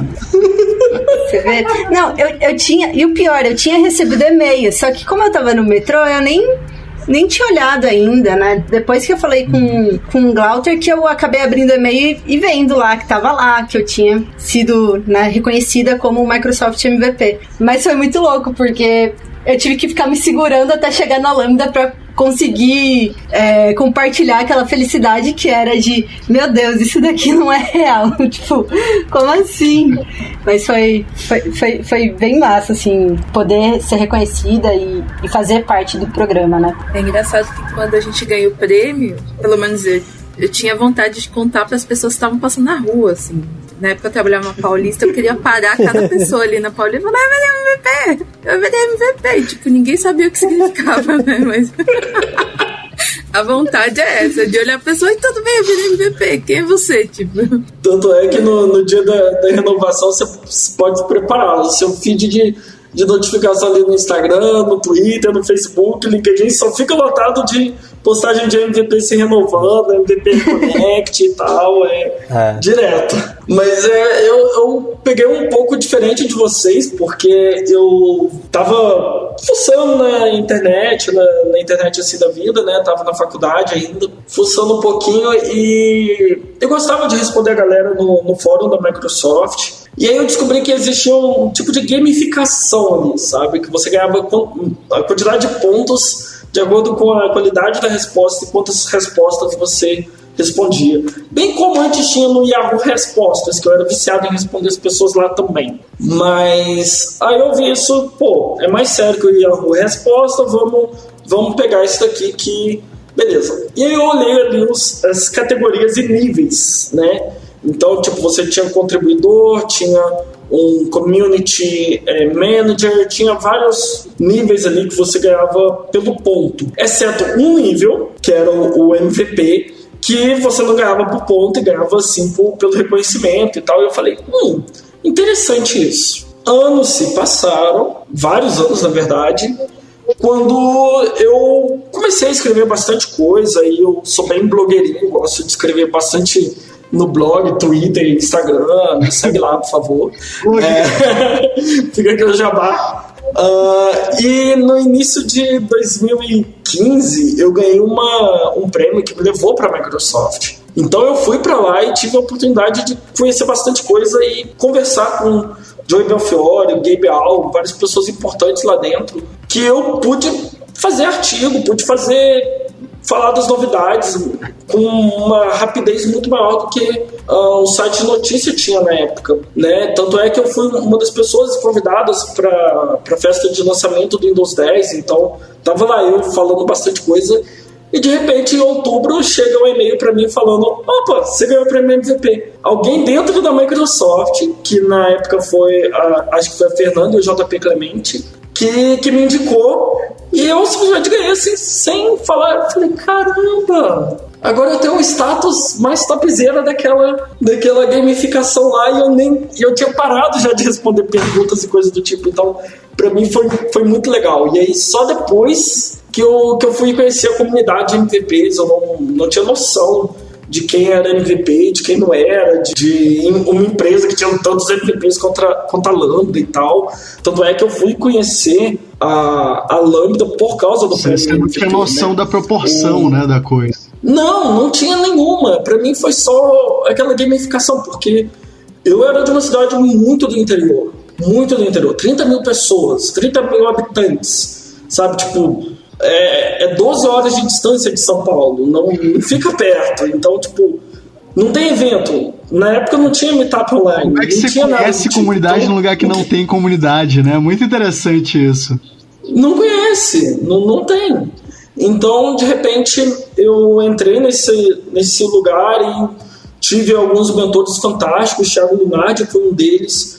Você vê? Não, eu, eu tinha... E o pior, eu tinha recebido e-mail, só que como eu tava no metrô, eu nem... nem tinha olhado ainda, né? Depois que eu falei com, com o Glauter, que eu acabei abrindo o e-mail e vendo lá, que tava lá, que eu tinha sido, né, reconhecida como Microsoft M V P. Mas foi muito louco, porque eu tive que ficar me segurando até chegar na Lambda pra conseguir é, compartilhar aquela felicidade que era de, meu Deus, isso daqui não é real. Tipo, como assim? Mas foi, foi, foi, foi bem massa, assim, poder ser reconhecida e, e fazer parte do programa, né? É engraçado que quando a gente ganha o prêmio, pelo menos eu, eu tinha vontade de contar para as pessoas que estavam passando na rua, assim. Na época eu trabalhava na Paulista, eu queria parar cada pessoa ali na Paulista e falar: eu virei M V P, eu virei M V P. E, tipo, ninguém sabia o que significava, né? Mas a vontade é essa, de olhar a pessoa e tudo bem, eu virei M V P, quem é você? Tipo. Tanto é que no, no dia da, da renovação você pode se preparar. O seu feed de, de notificação ali no Instagram, no Twitter, no Facebook, LinkedIn, só fica lotado de postagem de M V P se renovando, M V P Connect e tal, é, é. direto. Mas é, eu, eu peguei um pouco diferente de vocês, porque eu tava fuçando na internet, na, na internet assim da vida, né? Tava na faculdade ainda, fuçando um pouquinho, e eu gostava de responder a galera no, no fórum da Microsoft. E aí eu descobri que existia um tipo de gamificação ali, sabe? Que você ganhava a quantidade de pontos de acordo com a qualidade da resposta e quantas respostas você respondia. Bem como antes tinha no Yahoo Respostas, que eu era viciado em responder as pessoas lá também. Mas aí eu vi isso, pô, é mais sério que o Yahoo Resposta, vamos, vamos pegar isso daqui que... Beleza. E aí eu olhei ali os, as categorias e níveis, né? Então, tipo, você tinha um contribuidor, tinha um community eh, manager, tinha vários níveis ali que você ganhava pelo ponto, exceto um nível, que era o, o M V P, que você não ganhava por ponto e ganhava assim por, pelo reconhecimento e tal. E eu falei, hum, interessante isso. Anos se passaram, vários anos na verdade, quando eu comecei a escrever bastante coisa, e eu sou bem blogueirinho, gosto de escrever bastante no blog, Twitter, Instagram, me segue lá, por favor. É, fica aqui o jabá. Uh, e no início de dois mil e quinze eu ganhei uma, um prêmio que me levou para a Microsoft. Então eu fui para lá e tive a oportunidade de conhecer bastante coisa e conversar com Joey Belfiore, Gabe Al, várias pessoas importantes lá dentro, que eu pude fazer artigo, pude fazer... falar das novidades com uma rapidez muito maior do que uh, o site de notícia tinha na época, né? Tanto é que eu fui uma das pessoas convidadas para a festa de lançamento do Windows dez, então tava lá eu falando bastante coisa E de repente, em outubro, chega um e-mail para mim falando: opa, você ganhou o prêmio M V P. Alguém dentro da Microsoft, que na época foi, a, acho que foi a Fernanda e o J P Clemente, que, que me indicou. E eu simplesmente ganhei assim, sem falar. Eu falei: caramba, agora eu tenho um status mais topzera daquela, daquela gamificação lá. E eu, nem, eu tinha parado já de responder perguntas e coisas do tipo. Então, pra mim foi, foi muito legal. E aí, só depois que eu, que eu fui conhecer a comunidade de M V Ps, eu não, não tinha noção de quem era M V P, de quem não era, de, de uma empresa que tinha tantos M V Ps contra, contra a Lambda e tal. Tanto é que eu fui conhecer a, a Lambda por causa do prêmio. Você não tinha noção, né, da proporção, e, né, da coisa. Não, não tinha nenhuma. Pra mim foi só aquela gamificação, porque eu era de uma cidade muito do interior, muito do interior, trinta mil pessoas, trinta mil habitantes, sabe, tipo... É, é doze horas de distância de São Paulo, não, não fica perto. Então, tipo, não tem evento. Na época não tinha meetup online. Como é que não você tinha conhece nada, comunidade então, num lugar que não tem comunidade, né? Muito interessante isso. Não conhece, não, não tem. Então, de repente, eu entrei nesse, nesse lugar e tive alguns mentores fantásticos. Thiago Lunardi foi um deles.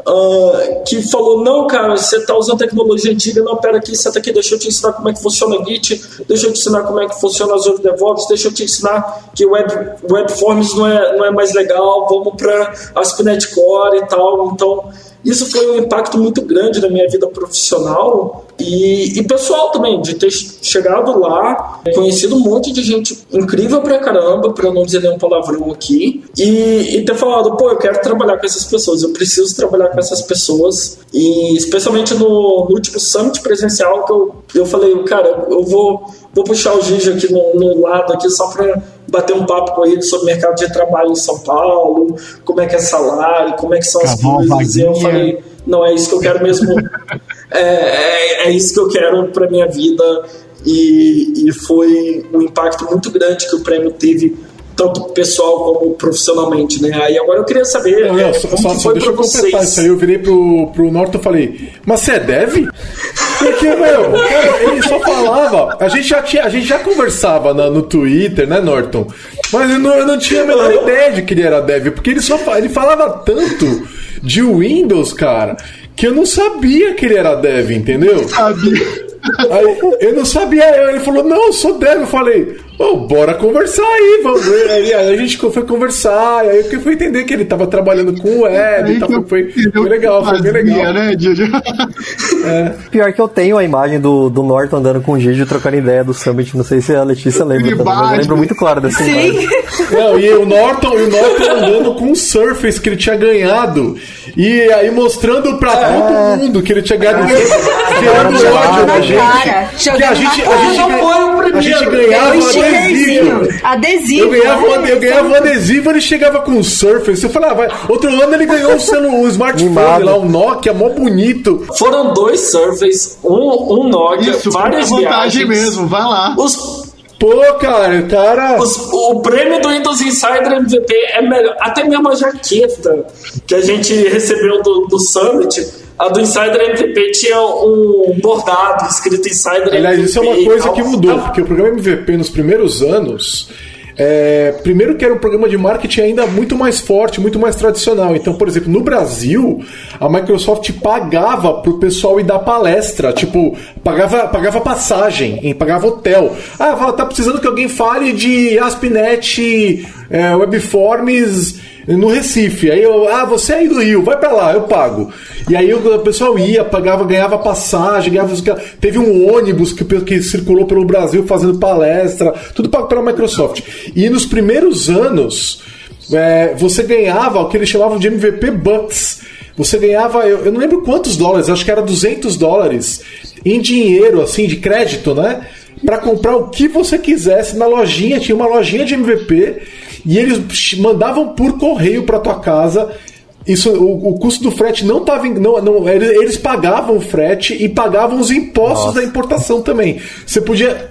Uh, que falou: não, cara, você tá usando tecnologia antiga, não, pera aqui, senta aqui, deixa eu te ensinar como é que funciona o Git, deixa eu te ensinar como é que funciona Azure DevOps, deixa eu te ensinar que Web, Webforms não é, não é mais legal, vamos para ASP.NET Core e tal. Então, isso foi um impacto muito grande na minha vida profissional e, e pessoal também, de ter chegado lá, conhecido um monte de gente incrível pra caramba, pra não dizer nenhum palavrão aqui, e, e ter falado: pô, eu quero trabalhar com essas pessoas, eu preciso trabalhar com essas pessoas. E especialmente no, no último summit presencial, que eu, eu falei: cara, eu vou, vou puxar o Gigi aqui no, no lado aqui só pra bater um papo com ele sobre o mercado de trabalho em São Paulo, como é que é salário, como é que são as Acabou coisas. E eu falei: não, é isso que eu quero mesmo, é, é, é isso que eu quero pra minha vida. E, e foi um impacto muito grande que o prêmio teve, tanto pessoal como profissionalmente, né? Aí agora eu queria saber, não, não, é, só, como só, que só foi deixa pra eu completar vocês. isso aí. Eu virei pro, pro Norton e falei: mas você é dev? Porque, meu, cara, ele só falava. A gente já, tinha, a gente já conversava na, no Twitter, né, Norton? Mas eu não, eu não tinha a menor ideia de que ele era dev, porque ele, só, ele falava tanto de Windows, cara, que eu não sabia que ele era dev, entendeu? Sabia. Aí, eu não sabia, aí ele falou: não, eu sou dev. Eu falei: oh, bora conversar aí, vamos ver. Aí a gente foi conversar, aí eu fui entender que ele tava trabalhando com web, então foi, foi legal, foi bem legal. Né, é. Pior que eu tenho a imagem do, do Norton andando com o Gigi trocando ideia do Summit, não sei se a Letícia lembra também, mas eu lembro muito claro dessa Sim. imagem. Não, e o Norton, o Norton andando com um Surface que ele tinha ganhado, e aí mostrando pra é. todo mundo que ele tinha ganhado, tirando ódio da gente. Cara, que a gente, a gente, não foi o primeiro. A gente ganhava um um adesivo. Adesivo. Eu ganhava, um, né? eu ganhava um adesivo, ele chegava com um Surface. Eu falava: vai. Outro ano ele ganhou um, selo, um smartphone Mimado. lá, um Nokia, mó bonito. Foram dois Surface, um, um Nokia, Isso, várias vantagem viagens. mesmo, vai lá. Os, Pô, cara, cara. os, o prêmio do Windows Insider M V P é melhor. Até mesmo a jaqueta que a gente recebeu do, do Summit, a do Insider M V P tinha um bordado escrito Insider Aliás, M V P. isso é uma coisa tal. que mudou, porque o programa M V P nos primeiros anos. É, primeiro que era um programa de marketing ainda muito mais forte, muito mais tradicional. Então, por exemplo, no Brasil, a Microsoft pagava pro pessoal ir dar palestra, tipo, pagava, pagava passagem, pagava hotel. Ah, tá precisando que alguém fale de ASP.NET, é, Webforms no Recife. Aí eu, ah, você é aí do Rio, vai pra lá, eu pago. E aí o pessoal ia, pagava, ganhava passagem, ganhava... Teve um ônibus que, que circulou pelo Brasil fazendo palestra, tudo pago pela Microsoft. E nos primeiros anos, é, você ganhava o que eles chamavam de M V P Bucks. Você ganhava, eu, eu não lembro quantos dólares, acho que era duzentos dólares em dinheiro, assim, de crédito, né? Pra comprar o que você quisesse na lojinha. Tinha uma lojinha de M V P e eles mandavam por correio pra tua casa. Isso, o, o custo do frete não estava... Não, não, eles, eles pagavam o frete e pagavam os impostos Nossa. da importação também. Você podia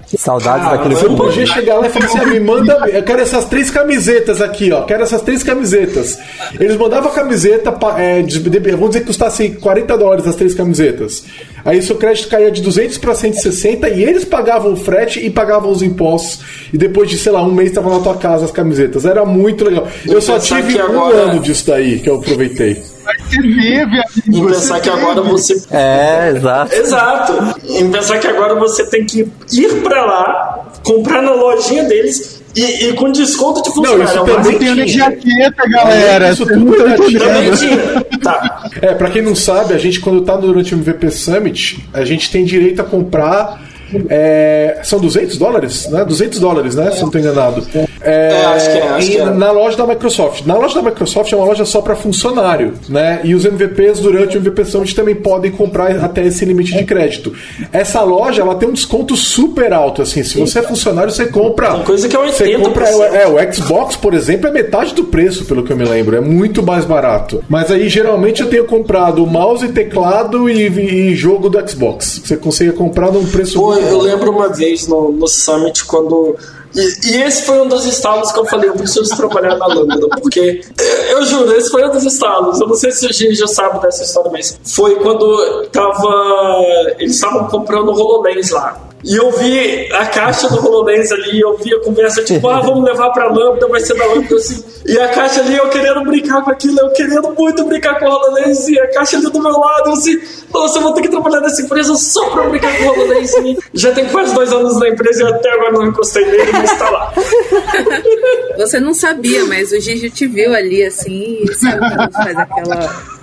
Saudades Ah, daquele eu futebol. podia chegar lá e falar assim, ah, me manda, eu quero essas três camisetas aqui, ó, quero essas três camisetas. Eles mandavam a camiseta, é, de, de, vamos dizer que custasse quarenta dólares as três camisetas. Aí seu crédito caía de duzentos para cento e sessenta e eles pagavam o frete e pagavam os impostos. E depois de, sei lá, um mês estavam na tua casa as camisetas. Era muito legal. Eu, eu só tive um agora... ano disso daí que eu aproveitei. Você teve, em pensar que agora você... É, exato. Exato. Em pensar que agora você tem que ir pra lá, comprar na lojinha deles e, e com desconto de funcionário. Não, isso também tem tinha. jaqueta, galera. Isso tudo tá Também tinha. Tá. É, pra quem não sabe, a gente quando tá durante o M V P Summit, a gente tem direito a comprar... É, são duzentos dólares, né? duzentos dólares, né? Se eu não tô enganado. É, é, acho que é, acho em, que é. Na loja da Microsoft. Na loja da Microsoft é uma loja só para funcionário, né? E os M V Ps durante o M V P Summit também podem comprar até esse limite de crédito. Essa loja, ela tem um desconto super alto, assim. Se você é funcionário, você compra. Tem coisa que é oitenta por cento. Você compra, é, o Xbox, por exemplo, é metade do preço, pelo que eu me lembro. É muito mais barato. Mas aí, geralmente, eu tenho comprado mouse, teclado e, e jogo do Xbox. Você consegue comprar num preço Pô, muito eu bom. lembro uma vez no, no Summit quando... E, e esse foi um dos estalos que eu falei, eu preciso trabalhar na Lambda, porque, eu juro, esse foi um dos estalos. Eu não sei se o Gigi já sabe dessa história, mas foi quando tava, eles estavam comprando o HoloLens lá. E eu vi a caixa do HoloLens ali, eu vi a conversa, tipo, ah, vamos levar pra Lambda, vai ser da Lambda, assim. E a caixa ali, eu querendo brincar com aquilo, eu querendo muito brincar com o HoloLens, e a caixa ali do meu lado, assim, nossa, eu vou ter que trabalhar nessa empresa só pra brincar com o HoloLens. E já tem quase dois anos na empresa e até agora não encostei nele, mas tá lá. Você não sabia, mas o Gigi te viu ali, assim, e sabe quando faz aquela...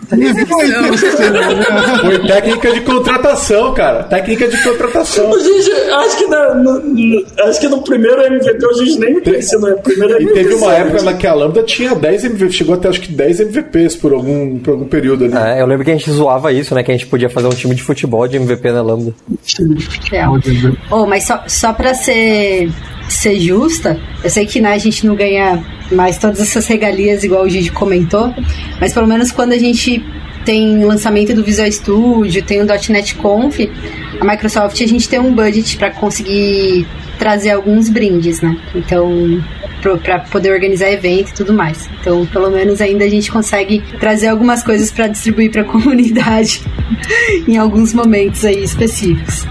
Foi técnica de contratação, cara. Técnica de contratação. O Gigi, acho que, na, no, no, acho que no primeiro M V P o Gigi nem me conhecia, no primeiro M V P. E teve uma época na que a Lambda tinha dez M V Ps, chegou até acho que dez M V Ps por algum, por algum período ali. É, eu lembro que a gente zoava isso, né? Que a gente podia fazer um time de futebol de M V P na Lambda. É. Oh, mas só, só pra ser, ser justa, eu sei que, né, a gente não ganha mais todas essas regalias igual o Gigi comentou, mas pelo menos quando a gente tem o lançamento do Visual Studio, tem o .NET Conf, a Microsoft, a gente tem um budget para conseguir trazer alguns brindes, né? Então, para poder organizar evento e tudo mais. Então, pelo menos ainda a gente consegue trazer algumas coisas para distribuir para a comunidade em alguns momentos aí específicos.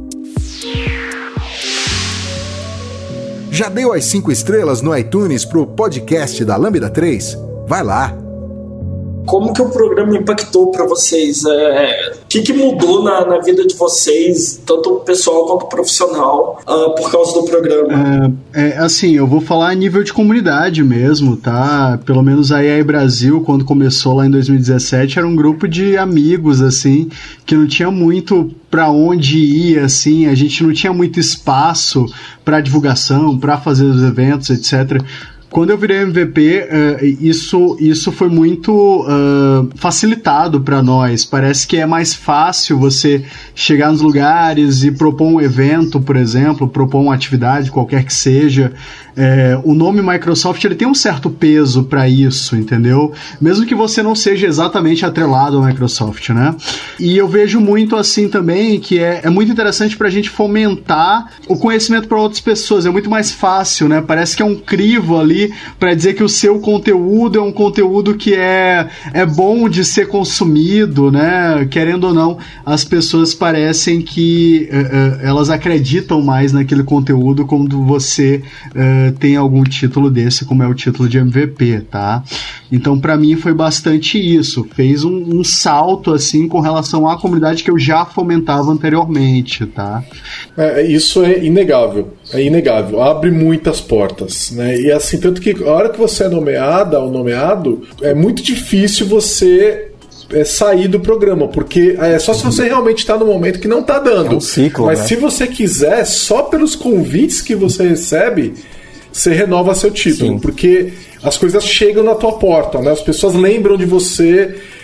Já deu as cinco estrelas no iTunes pro podcast da Lambda três? Vai lá! Como que o programa impactou para vocês? É, o que, que mudou na, na vida de vocês, tanto pessoal quanto profissional, uh, por causa do programa? É, é, assim, eu vou falar a nível de comunidade mesmo, tá? Pelo menos a A I Brasil, quando começou lá em dois mil e dezessete, era um grupo de amigos, assim, que não tinha muito para onde ir, assim, a gente não tinha muito espaço para divulgação, para fazer os eventos, etcétera. Quando eu virei M V P, uh, isso, isso foi muito uh, facilitado para nós. Parece que é mais fácil você chegar nos lugares e propor um evento, por exemplo, propor uma atividade, qualquer que seja. É, o nome Microsoft, ele tem um certo peso para isso, entendeu? Mesmo que você não seja exatamente atrelado à Microsoft, né? E eu vejo muito assim também que é, é muito interessante para a gente fomentar o conhecimento para outras pessoas. É muito mais fácil, né? Parece que é um crivo ali para dizer que o seu conteúdo é um conteúdo que é, é bom de ser consumido, né? Querendo ou não, as pessoas parecem que uh, uh, elas acreditam mais naquele conteúdo quando você uh, tem algum título desse, como é o título de M V P, tá? Então, para mim, foi bastante isso. Fez um, um salto, assim, com relação à comunidade que eu já fomentava anteriormente, tá? É, isso é inegável. É inegável. Abre muitas portas, né? E assim, tanto que a hora que você é nomeada ou nomeado, é muito difícil você é, sair do programa, porque é só se você realmente está no momento que não está dando. É um ciclo, mas né? se você quiser, só pelos convites que você recebe, você renova seu título. Sim. Porque as coisas chegam na tua porta, né? As pessoas lembram de você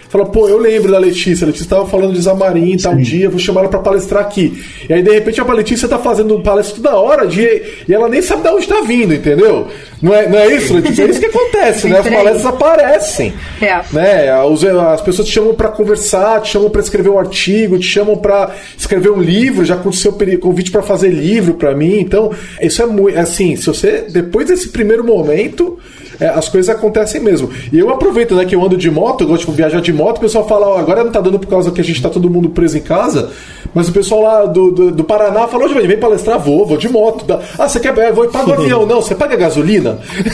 Fala, pô, eu lembro da Letícia, a Letícia estava falando de Xamarin tal dia, vou chamar ela para palestrar aqui. E aí, de repente, a Letícia tá fazendo palestra toda hora de, e ela nem sabe de onde tá vindo, entendeu? Não é, não é isso, Letícia? É isso que acontece, né? As palestras aparecem. É. Né? As, as pessoas te chamam para conversar, te chamam para escrever um artigo, te chamam para escrever um livro, já aconteceu convite para fazer livro para mim. Então, isso é muito, assim, se você, depois desse primeiro momento, é, as coisas acontecem mesmo. E eu aproveito, né, que eu ando de moto, eu gosto de viajar de moto, o pessoal fala, ó, agora não tá dando por causa que a gente tá todo mundo preso em casa, mas o pessoal lá do, do, do Paraná falou, Giovanni, vem palestrar, vou, vou de moto. Ah, você quer, é, vou e paga o avião. Não, você paga gasolina?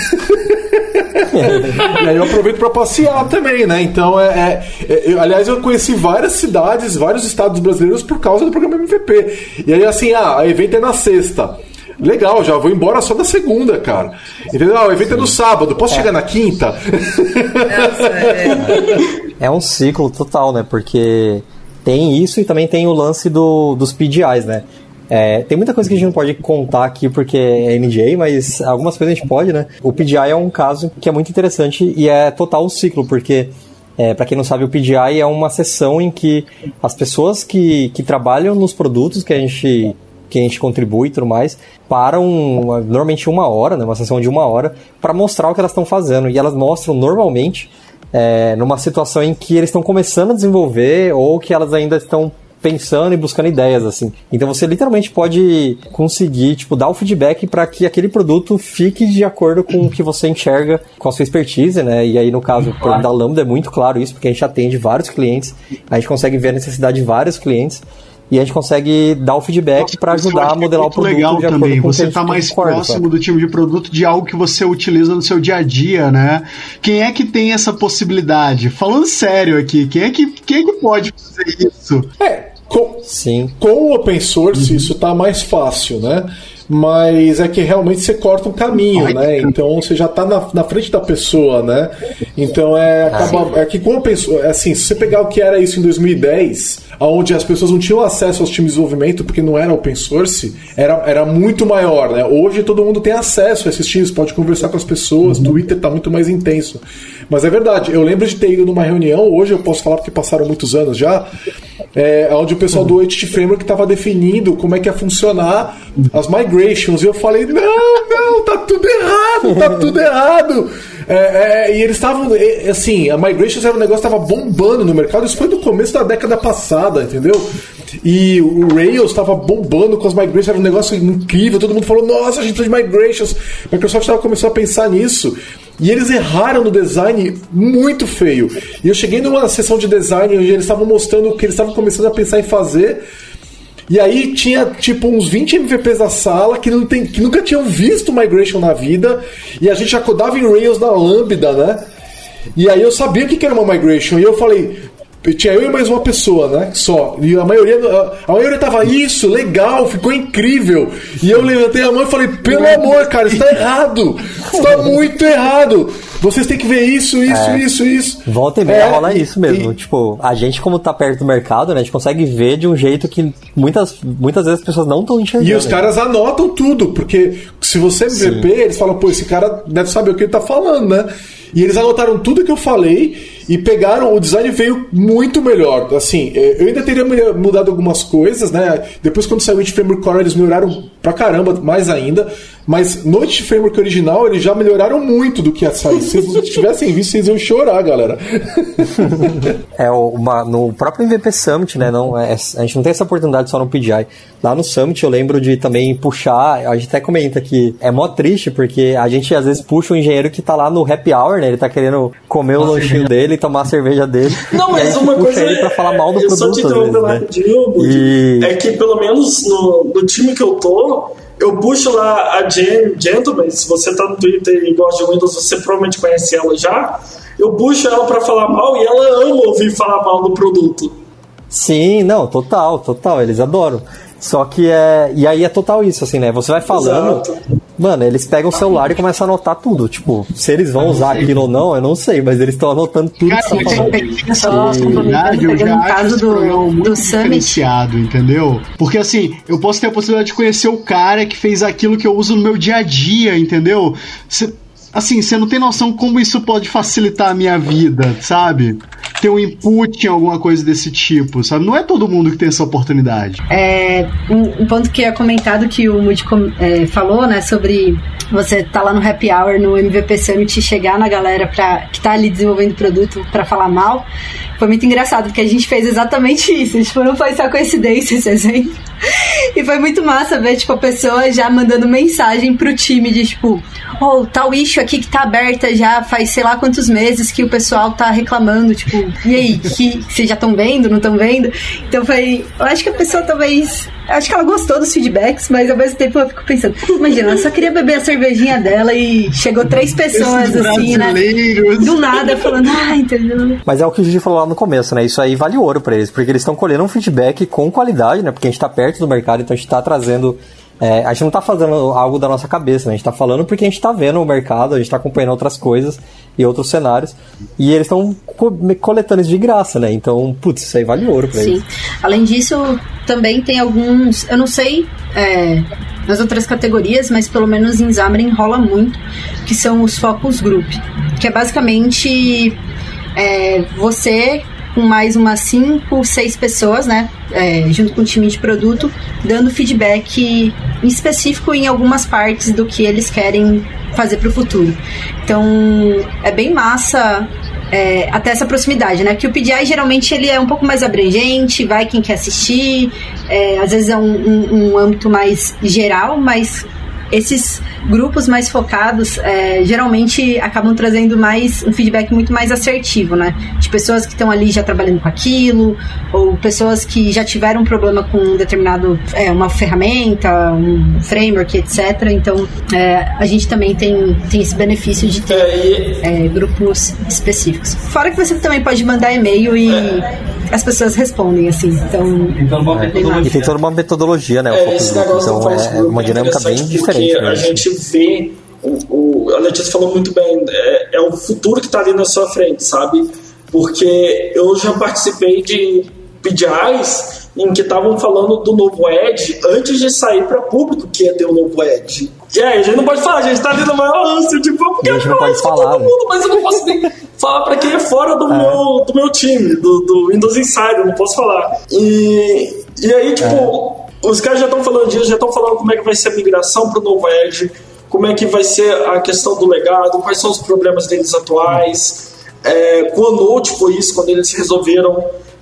E aí eu aproveito para passear também, né? Então, é, é, é eu, aliás, eu conheci várias cidades, vários estados brasileiros por causa do programa M V P. E aí, assim, ah, o evento é na sexta. Legal, já vou embora só na segunda, cara. Entendeu? Ah, o evento é no sábado, posso é. chegar na quinta? É um ciclo total, né? Porque tem isso e também tem o lance do, dos P D Is, né? É, tem muita coisa que a gente não pode contar aqui porque é N D A, mas algumas coisas a gente pode, né? O P D I é um caso que é muito interessante e é total o ciclo, porque, é, para quem não sabe, o P D I é uma sessão em que as pessoas que, que trabalham nos produtos que a gente... que a gente contribui e tudo mais, param normalmente uma hora, né, uma sessão de uma hora, para mostrar o que elas estão fazendo. E elas mostram normalmente é, numa situação em que eles estão começando a desenvolver ou que elas ainda estão pensando e buscando ideias, assim. Então você literalmente pode conseguir, tipo, dar o feedback para que aquele produto fique de acordo com o que você enxerga, com a sua expertise, né? E aí, no caso, o produto da Lambda é muito claro isso, porque a gente atende vários clientes, a gente consegue ver a necessidade de vários clientes, e a gente consegue dar o feedback para ajudar a modelar o produto. Legal de também. Você está mais concorda, próximo sabe? do time de produto de algo que você utiliza no seu dia a dia, né? Quem é que tem essa possibilidade? Falando sério aqui, quem é que, quem é que pode fazer isso? É, com, Sim. com o open source uhum. isso tá mais fácil, né? Mas é que realmente você corta um caminho, Ai, né? Então você já tá na, na frente da pessoa, né? Então é, acaba, é que com a pessoa, assim, se você pegar o que era isso em dois mil e dez, onde as pessoas não tinham acesso aos times de desenvolvimento porque não era open source, era, era muito maior, né? Hoje todo mundo tem acesso a esses times, pode conversar com as pessoas, o uhum. Twitter tá muito mais intenso. Mas é verdade, eu lembro de ter ido numa reunião, hoje eu posso falar porque passaram muitos anos já, é, onde o pessoal do Entity Framework estava definindo como é que ia funcionar as migrations, e eu falei, não, não, tá tudo errado, tá tudo errado. É, é, e eles estavam, assim, a migrations era um negócio que estava bombando no mercado, isso foi no começo da década passada, entendeu? E o Rails estava bombando com as migrations, era um negócio incrível, todo mundo falou, nossa, a gente precisa de migrations. A Microsoft estava começando a pensar nisso, e eles erraram no design muito feio. E eu cheguei numa sessão de design onde eles estavam mostrando o que eles estavam começando a pensar em fazer, e aí tinha tipo uns vinte M V Ps da sala que, não tem, que nunca tinham visto migration na vida, e a gente já codava em Rails na Lambda, né? E aí eu sabia o que era uma migration, e eu falei, tinha eu e mais uma pessoa, né? Só. E a maioria, a, a maioria tava, isso, legal, ficou incrível. E eu levantei a mão e falei, pelo amor, cara, isso tá errado. Isso tá muito errado. Vocês têm que ver isso, isso, é. isso, isso. Volta e meia é, rola isso mesmo. E, tipo, a gente, como tá perto do mercado, né? A gente consegue ver de um jeito que muitas, muitas vezes as pessoas não estão enxergando. E os caras anotam tudo, porque se você é M V P, Sim. eles falam, pô, esse cara deve saber o que ele tá falando, né? E eles anotaram tudo que eu falei e pegaram, o design veio muito melhor. Assim, eu ainda teria mudado algumas coisas, né? Depois, quando saiu o Entity Framework Core, eles melhoraram pra caramba, mais ainda. Mas no Entity Framework original, eles já melhoraram muito do que ia sair. Se vocês tivessem visto, vocês iam chorar, galera. É, uma, no próprio M V P Summit, né? Não, é, a gente não tem essa oportunidade só no P D I. Lá no Summit, eu lembro de também puxar, a gente até comenta que é mó triste, porque a gente às vezes puxa o engenheiro que tá lá no happy hour, né? Ele tá querendo comer o Nossa, lanchinho dele, tomar a cerveja dele. Não, mas uma coisa ele pra falar mal do eu produto, só te interromper lá rapidinho, e... é que pelo menos no, no time que eu tô, eu puxo lá a Jen Gentleman, se você tá no Twitter e gosta de Windows, você provavelmente conhece ela já. Eu puxo ela pra falar mal e ela ama ouvir falar mal do produto. Sim, não, total, total, eles adoram. Só que é. E aí é total isso, assim, né? Você vai falando. Exato. Mano, eles pegam o celular e começam a anotar tudo. Tipo, se eles vão usar aquilo ou não, eu não sei, mas eles estão anotando tudo Cara, que você tá falando. Na verdade, eu já acho esse programa muito diferenciado, entendeu? Porque assim, eu posso ter a possibilidade de conhecer o cara que fez aquilo que eu uso no meu dia a dia, entendeu? Cê... assim, você não tem noção como isso pode facilitar a minha vida, sabe? Ter um input em alguma coisa desse tipo, sabe? Não é todo mundo que tem essa oportunidade. É, um, um ponto que é comentado que o Moody é, falou, né, sobre você tá lá no Happy Hour, no M V P Summit, e chegar na galera pra, que tá ali desenvolvendo produto pra falar mal, foi muito engraçado, porque a gente fez exatamente isso. Tipo, não foi só coincidência esse exemplo. E foi muito massa ver, tipo, a pessoa já mandando mensagem pro time de, tipo, oh, tal issue aqui que tá aberta já faz sei lá quantos meses que o pessoal tá reclamando, tipo, e aí, que vocês já estão vendo, não estão vendo? Então foi, eu acho que a pessoa talvez, eu acho que ela gostou dos feedbacks, mas ao mesmo tempo eu fico pensando, imagina, ela só queria beber a cervejinha dela e chegou três pessoas Esses assim, né, do nada, falando, ah, entendeu? Mas é o que o Gigi falou lá no começo, né, isso aí vale ouro pra eles, porque eles estão colhendo um feedback com qualidade, né, porque a gente tá perto do mercado, então a gente tá trazendo... É, a gente não tá fazendo algo da nossa cabeça, né? A gente tá falando porque a gente tá vendo o mercado, a gente tá acompanhando outras coisas e outros cenários, e eles estão co- coletando isso de graça, né? Então, putz, isso aí vale ouro pra Sim. eles. Além disso, também tem alguns, eu não sei é, nas outras categorias, mas pelo menos em Xamarin rola muito, que são os focus group, que é basicamente é, você com mais umas cinco, seis pessoas, né, é, junto com o time de produto, dando feedback específico em algumas partes do que eles querem fazer para o futuro. Então, é bem massa é, até essa proximidade, né, que o P D I geralmente ele é um pouco mais abrangente, vai quem quer assistir, é, às vezes é um, um, um âmbito mais geral, mas esses grupos mais focados é, geralmente acabam trazendo mais um feedback muito mais assertivo, né? De pessoas que estão ali já trabalhando com aquilo, ou pessoas que já tiveram um problema com um determinado, é, uma ferramenta, um framework, etcétera. Então, é, a gente também tem, tem esse benefício de ter é, grupos específicos. Fora que você também pode mandar e-mail e as pessoas respondem, assim. Então, é, e tem toda uma metodologia, né? É, esse negócio então, é uma dinâmica bem diferente. Porque a gente vê, o, o, a Letícia falou muito bem, é, é o futuro que está ali na sua frente, sabe? Porque eu já participei de P D Is em que estavam falando do novo Edge antes de sair para público que ia ter o novo Edge. E aí, a gente não pode falar, a gente está ali no maior ânsia, tipo, porque eu não pode falar, todo mundo, mas eu não posso nem falar para quem é fora do, é. meu, do meu time, do, do Windows Insider, eu não posso falar. E, e aí, tipo... É. Os caras já estão falando disso, já estão falando como é que vai ser a migração para o novo Edge, como é que vai ser a questão do legado, quais são os problemas deles atuais. É, com o OneNote foi isso, quando eles resolveram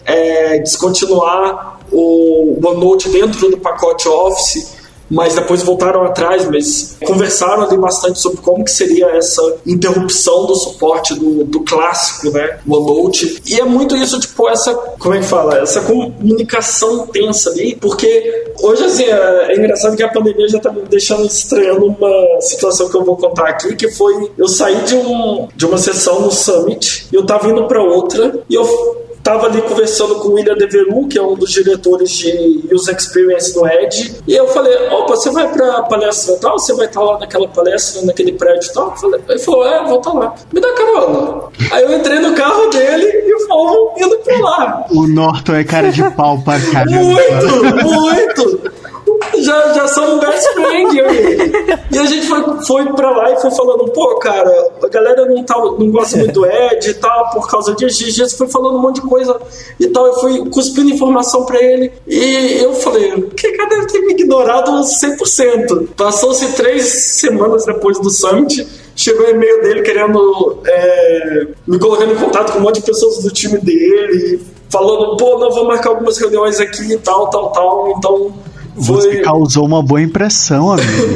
é, descontinuar o OneNote dentro do pacote Office, mas depois voltaram atrás, mas conversaram ali bastante sobre como que seria essa interrupção do suporte do, do clássico, né, OneNote. E é muito isso, tipo, essa, como é que fala, essa comunicação tensa ali, porque hoje, assim, é, é engraçado que a pandemia já tá me deixando estranhando uma situação que eu vou contar aqui, que foi, eu saí de, um, de uma sessão no Summit, e eu tava indo pra outra, e eu tava ali conversando com o William Deveru, que é um dos diretores de User Experience no Edge, e eu falei, opa, você vai pra palestra tal? Você vai estar lá naquela palestra, naquele prédio tal? Eu falei, ele falou, é, vou estar lá. Me dá carona. Aí eu entrei no carro dele e fomos indo pra lá. O Norton é cara de pau pra caramba. Muito, muito. Já, já são um best friend, eu e ele. E a gente foi, foi pra lá e foi falando, pô, cara, a galera não, tá, não gosta muito do Edge e tal, por causa disso. A gente foi falando um monte de coisa e tal. Eu fui cuspindo informação pra ele. E eu falei, que cara deve ter me ignorado cem por cento. Passou-se três semanas depois do Summit. Chegou o e-mail dele querendo é, me colocando em contato com um monte de pessoas do time dele, falando, pô, não, vou marcar algumas reuniões aqui e tal, tal, tal. Então. Foi... Você causou uma boa impressão, amigo.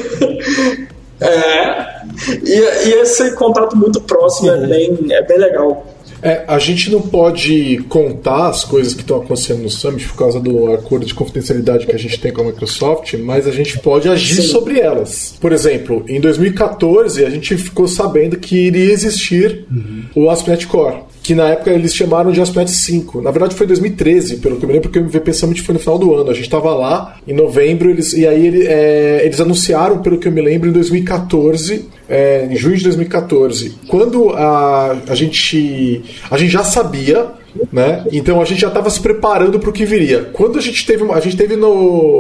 É, e, e esse contato muito próximo é bem, é bem legal. É, a gente não pode contar as coisas que estão acontecendo no Summit por causa do acordo de confidencialidade que a gente tem com a Microsoft, mas a gente pode agir Sim. sobre elas. Por exemplo, em dois mil e catorze a gente ficou sabendo que iria existir uhum. o ASP.NET Core, que na época eles chamaram de ASP.NET cinco. Na verdade foi em dois mil e treze, pelo que eu me lembro, porque o M V P Summit foi no final do ano. A gente estava lá em novembro, eles, e aí ele, é, eles anunciaram, pelo que eu me lembro, em dois mil e catorze, é, em junho de dois mil e catorze. Quando a, a gente a gente já sabia, né? Então a gente já estava se preparando para o que viria. Quando a gente teve, a gente teve no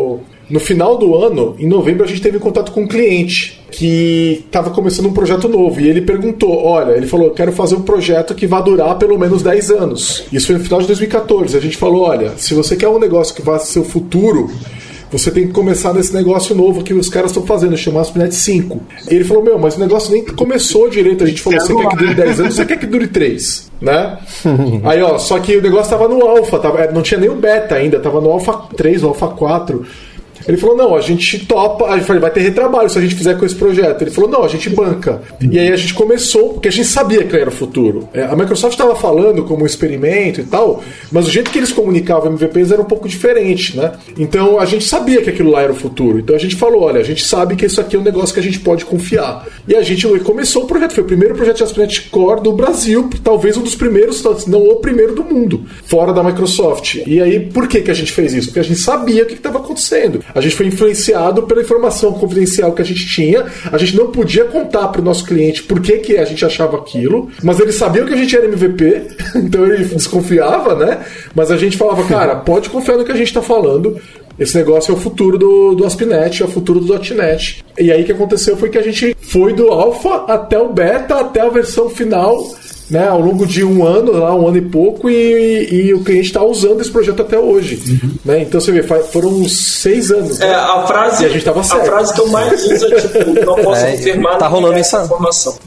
No final do ano, em novembro, a gente teve contato com um cliente que estava começando um projeto novo. E ele perguntou, olha, ele falou, eu quero fazer um projeto que vai durar pelo menos dez anos. Isso foi no final de dois mil e catorze. A gente falou, olha, se você quer um negócio que vai ser o futuro, você tem que começar nesse negócio novo que os caras estão fazendo, chamado ASP.NET cinco. E ele falou, meu, mas o negócio nem começou direito. A gente falou, você quer que dure dez anos, você quer que dure três, né? Aí, ó, só que o negócio tava no alfa, tava, não tinha nem o beta ainda, tava no alfa três, no alfa quatro. Ele falou, não, a gente topa, a gente falou, vai ter retrabalho se a gente fizer com esse projeto. Ele falou, não, a gente banca. E aí a gente começou, porque a gente sabia que era o futuro. A Microsoft estava falando como um experimento e tal, mas o jeito que eles comunicavam M V Ps era um pouco diferente, né? Então a gente sabia que aquilo lá era o futuro. Então a gente falou, olha, a gente sabe que isso aqui é um negócio que a gente pode confiar. E a gente começou o projeto, foi o primeiro projeto de ASP.NET Core do Brasil, talvez um dos primeiros, não o primeiro do mundo, fora da Microsoft. E aí, por que que a gente fez isso? Porque a gente sabia o que estava acontecendo. A gente foi influenciado pela informação confidencial que a gente tinha. A gente não podia contar para o nosso cliente por que, que a gente achava aquilo, mas ele sabia que a gente era M V P, então ele desconfiava, né? Mas a gente falava, cara, pode confiar no que a gente está falando. Esse negócio é o futuro do, do ASP.NET, é o futuro do .NET. E aí o que aconteceu foi que a gente foi do alpha até o beta, até a versão final, né, ao longo de um ano, lá, um ano e pouco, e, e o cliente está usando esse projeto até hoje. Uhum. Né? Então você vê, foram uns seis anos. É, né? a, frase, e a, gente tava certo. A frase que eu mais uso é tipo, não posso é, confirmar tá rolando essa isso... informação.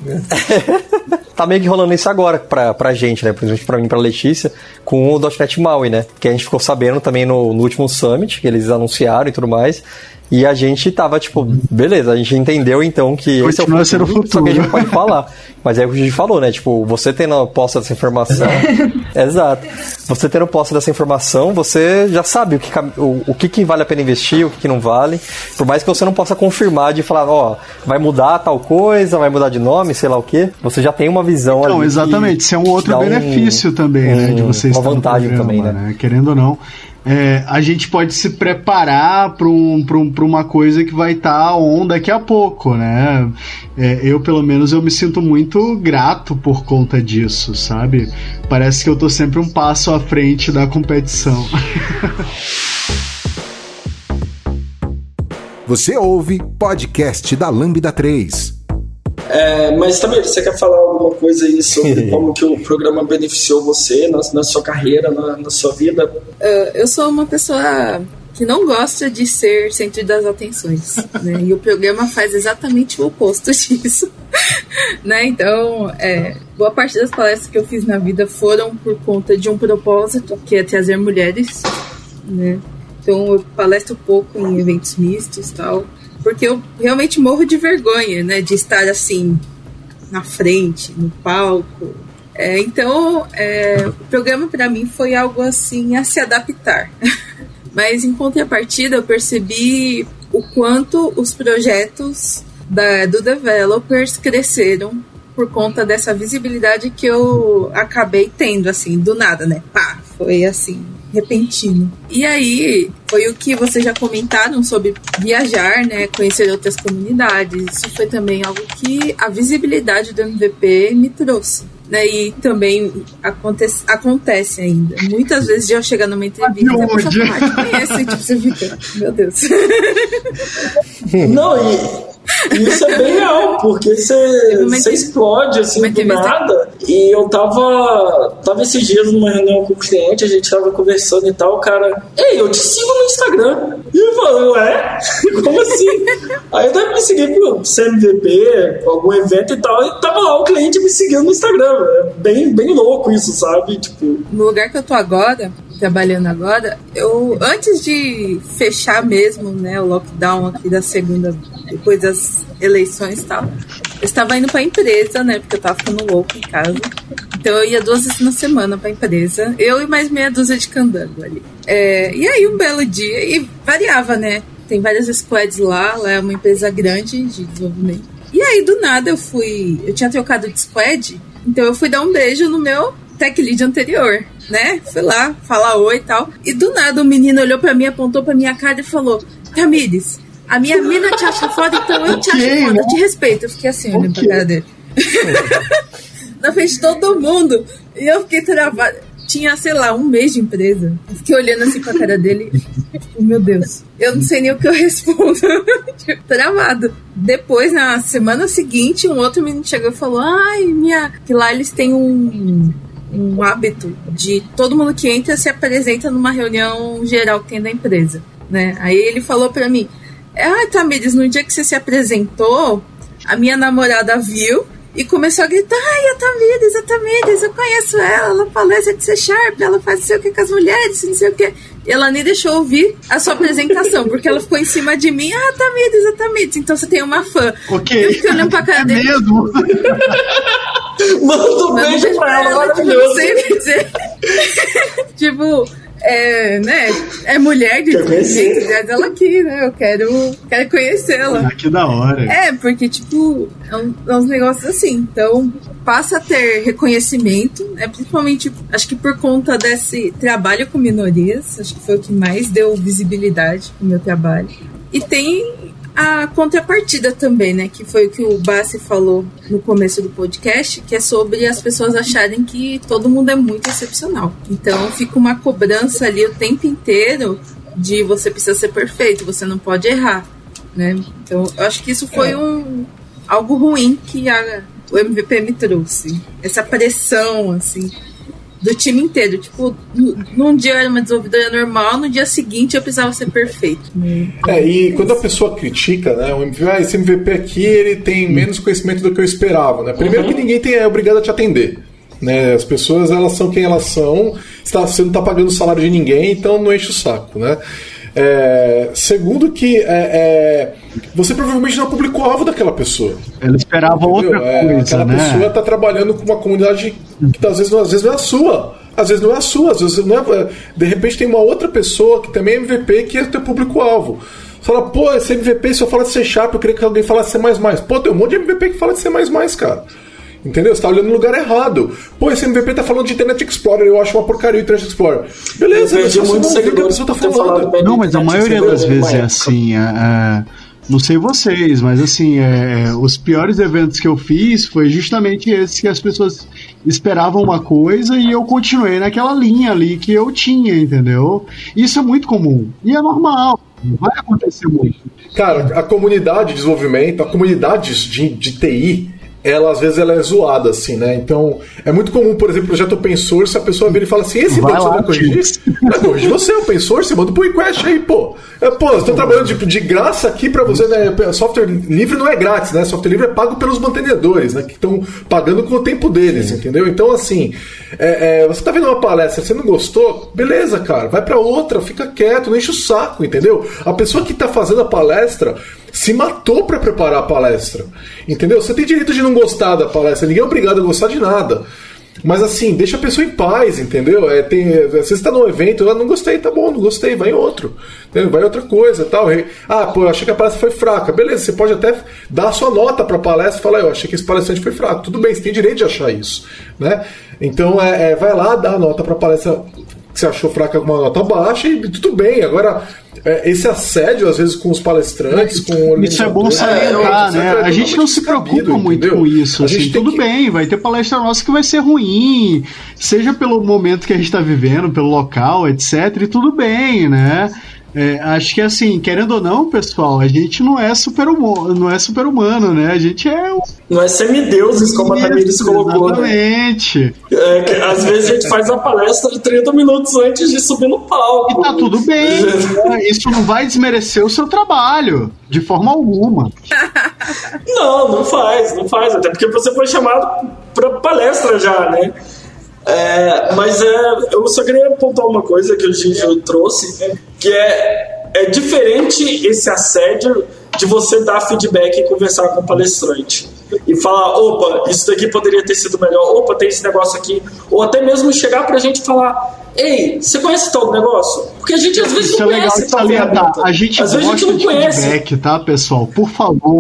Tá meio que rolando isso agora pra, pra gente, né? Principalmente pra mim e pra Letícia, com o .NET MAUI, né? Que a gente ficou sabendo também no, no último Summit, que eles anunciaram e tudo mais. E a gente tava, tipo, beleza, a gente entendeu então que esse é o futuro, ser o futuro, só que a gente pode falar. Mas é o que a gente falou, né? Tipo, você tendo a posse dessa informação... Exato. Você tendo posse dessa informação, você já sabe o que, o, o que, que vale a pena investir, o que, que não vale. Por mais que você não possa confirmar de falar, ó, vai mudar tal coisa, vai mudar de nome, sei lá o quê. Você já tem uma visão então, ali. Exatamente. Isso é um outro benefício um, também, um, né? De você uma estar vantagem programa, também, né? né? Querendo ou não. É, a gente pode se preparar para um, um, uma coisa que vai estar tá on daqui a pouco, né? É, eu, pelo menos, eu me sinto muito grato por conta disso, sabe? Parece que eu tô sempre um passo à frente da competição. Você ouve podcast da Lambda três. É, mas também, você quer falar alguma coisa aí sobre como que o programa beneficiou você na, na sua carreira, na, na sua vida? Uh, eu sou uma pessoa que não gosta de ser centro das atenções, né? E o programa faz exatamente o oposto disso. Né? Então, é, boa parte das palestras que eu fiz na vida foram por conta de um propósito, que é trazer mulheres, né? Então eu palestro pouco em eventos mistos e tal, porque eu realmente morro de vergonha, né, de estar assim na frente, no palco. É, então, é, o programa para mim foi algo assim a se adaptar. Mas em contrapartida eu percebi o quanto os projetos da, do Developers cresceram por conta dessa visibilidade que eu acabei tendo, assim, do nada, né? Pá, foi assim, repentino. E aí, foi o que vocês já comentaram sobre viajar, né? Conhecer outras comunidades. Isso foi também algo que a visibilidade do M V P me trouxe. Né, e também acontece, acontece ainda. Muitas vezes de eu chegar numa entrevista e a pessoa fala, ah, te conhece, tipo, você fica, meu Deus. Não, e isso é bem real, porque você, você explode assim do nada. E eu tava, tava esses dias numa reunião com o cliente, a gente tava conversando e tal, o cara, ei, eu te sigo no Instagram. E eu falei, ué? Como assim? Aí eu deve me seguir pro C M V P, algum evento e tal, e tava lá o cliente me seguindo no Instagram. É bem, bem louco isso, sabe? Tipo... No lugar que eu tô agora, trabalhando agora, eu, antes de fechar mesmo, né, o lockdown aqui da segunda, depois das eleições e tal, eu estava indo pra empresa, né, porque eu tava ficando louco em casa. Então eu ia duas vezes na semana pra empresa, eu e mais meia dúzia de candango ali. É, e aí um belo dia, e variava, né, tem várias squads lá, lá é uma empresa grande de desenvolvimento. E aí do nada eu fui, eu tinha trocado de squad, então eu fui dar um beijo no meu tech lead anterior, né? Fui lá, falar oi e tal. E do nada o menino olhou pra mim, apontou pra minha cara e falou, Tamires, a minha mina te acha foda, então eu te okay, acho foda, né? Eu te respeito. Eu fiquei assim, olhando okay. pra cara dele. Na frente de todo mundo. E eu fiquei travada. tinha, sei lá, um mês de empresa. Eu fiquei olhando assim pra cara dele. Tipo, meu Deus, eu não sei nem o que eu respondo. Travado. Depois, na semana seguinte, um outro menino chegou e falou: ai, minha. Que lá eles têm um. um hábito de todo mundo que entra se apresenta numa reunião geral que tem da empresa, né? Aí ele falou pra mim: ah, Tamires, no dia que você se apresentou, a minha namorada viu e começou a gritar: ai, a Tamires, a Tamires, eu conheço ela, ela palestra de C Sharp, ela faz não sei o que com as mulheres, não sei o que. E ela nem deixou ouvir a sua apresentação, porque ela ficou em cima de mim: ah, Tamires, a Tamires, então você tem uma fã. Ok. Eu fiquei olhando pra cara é dele. Mesmo? Manda um beijo pra ela, maravilhoso. Tipo, dizer. Tipo, é, né? É mulher de gente, traz ela aqui, né? Eu quero, quero conhecê-la. Ah, que da hora. É, porque, tipo, é, um, é uns negócios assim. Então, passa a ter reconhecimento, né? Principalmente, acho que por conta desse trabalho com minorias, acho que foi o que mais deu visibilidade pro meu trabalho. E tem a contrapartida também, né, que foi o que o Bassi falou no começo do podcast, que é sobre as pessoas acharem que todo mundo é muito excepcional. Então fica uma cobrança ali o tempo inteiro de você precisa ser perfeito, você não pode errar, né? Então eu acho que isso foi um algo ruim que a, o M V P me trouxe, essa pressão assim do time inteiro. Tipo, num dia eu era uma desenvolvedora normal, no dia seguinte eu precisava ser perfeito. É, e quando a pessoa critica, né, o M V P, ah, esse M V P aqui, ele tem menos conhecimento do que eu esperava, né? Primeiro uhum. que ninguém tem, é obrigado a te atender. Né? As pessoas, elas são quem elas são, você não está pagando o salário de ninguém, então não enche o saco, né? É, segundo que é, é, você provavelmente não é o público-alvo daquela pessoa. Ela esperava outra é, coisa, aquela né? pessoa está trabalhando com uma comunidade que às vezes, não, às vezes não é a sua. Às vezes não é a sua, às vezes não é. De repente tem uma outra pessoa que também é M V P que é o teu público-alvo. Você fala, pô, esse M V P só fala de C Sharp, eu queria que alguém falasse C mais mais. Pô, tem um monte de M V P que fala de C mais mais, cara. Entendeu? Você tá olhando no lugar errado. Pô, esse M V P tá falando de Internet Explorer, eu acho uma porcaria o Internet Explorer. Beleza, eu perdi muitos seguidores tá falando. Não, mas a maioria das vezes é assim. É, é, não sei vocês, mas assim, é, os piores eventos que eu fiz foi justamente esse que as pessoas esperavam uma coisa e eu continuei naquela linha ali que eu tinha, entendeu? Isso é muito comum. E é normal. Não vai acontecer muito. Cara, a comunidade de desenvolvimento, a comunidade de, de T I, ela às vezes ela é zoada, assim, né? Então, é muito comum, por exemplo, o projeto open source, a pessoa vira e fala assim, esse projeto vai corrigir? Vai corrigir você, open source, manda pro request aí, pô. É, pô, eu tô trabalhando de, de graça aqui pra você, né? Software livre não é grátis, né? Software livre é pago pelos mantenedores, né? Que estão pagando com o tempo deles, entendeu? Então, assim, é, é, você tá vendo uma palestra, você não gostou? Beleza, cara, vai pra outra, fica quieto, não enche o saco, entendeu? A pessoa que tá fazendo a palestra se matou para preparar a palestra, entendeu? Você tem direito de não gostar da palestra, ninguém é obrigado a gostar de nada, mas assim, deixa a pessoa em paz, entendeu? É, tem, você está num evento, eu não gostei, tá bom, não gostei, vai em outro, entendeu? Vai em outra coisa, tal. Ah, pô, eu achei que a palestra foi fraca, beleza, você pode até dar a sua nota para a palestra e falar, eu achei que esse palestrante foi fraco, tudo bem, você tem direito de achar isso, né? Então, é, é, vai lá, dá a nota para a palestra que você achou fraca com uma nota baixa e tudo bem. Agora, é, esse assédio, às vezes, com os palestrantes, com isso é bom salientar, é, né? A gente não se preocupa cabido, muito entendeu? Com isso. Assim, tudo que... bem, vai ter palestra nossa que vai ser ruim, seja pelo momento que a gente está vivendo, pelo local, etcétera. E tudo bem, né? É, acho que assim, querendo ou não, pessoal, a gente não é super-humano, não é super-humano, né? A gente é um... Não é semideuses, como a Tamires colocou. Exatamente. Né? É, que, às vezes a gente faz a palestra de trinta minutos antes de subir no palco. E tá tudo bem. Né? Isso não vai desmerecer o seu trabalho, de forma alguma. Não, não faz, não faz. Até porque você foi chamado pra palestra já, né? É, mas é, eu só queria apontar uma coisa que o Gigi trouxe, que é, é diferente esse assédio de você dar feedback e conversar com o palestrante e falar, opa, isso daqui poderia ter sido melhor, opa, tem esse negócio aqui, ou até mesmo chegar pra gente e falar, ei, você conhece tal negócio? Porque a gente às vezes isso não é conhece tal ferramenta. A gente às gosta vezes a gente não de conhece. feedback, tá, pessoal? Por favor,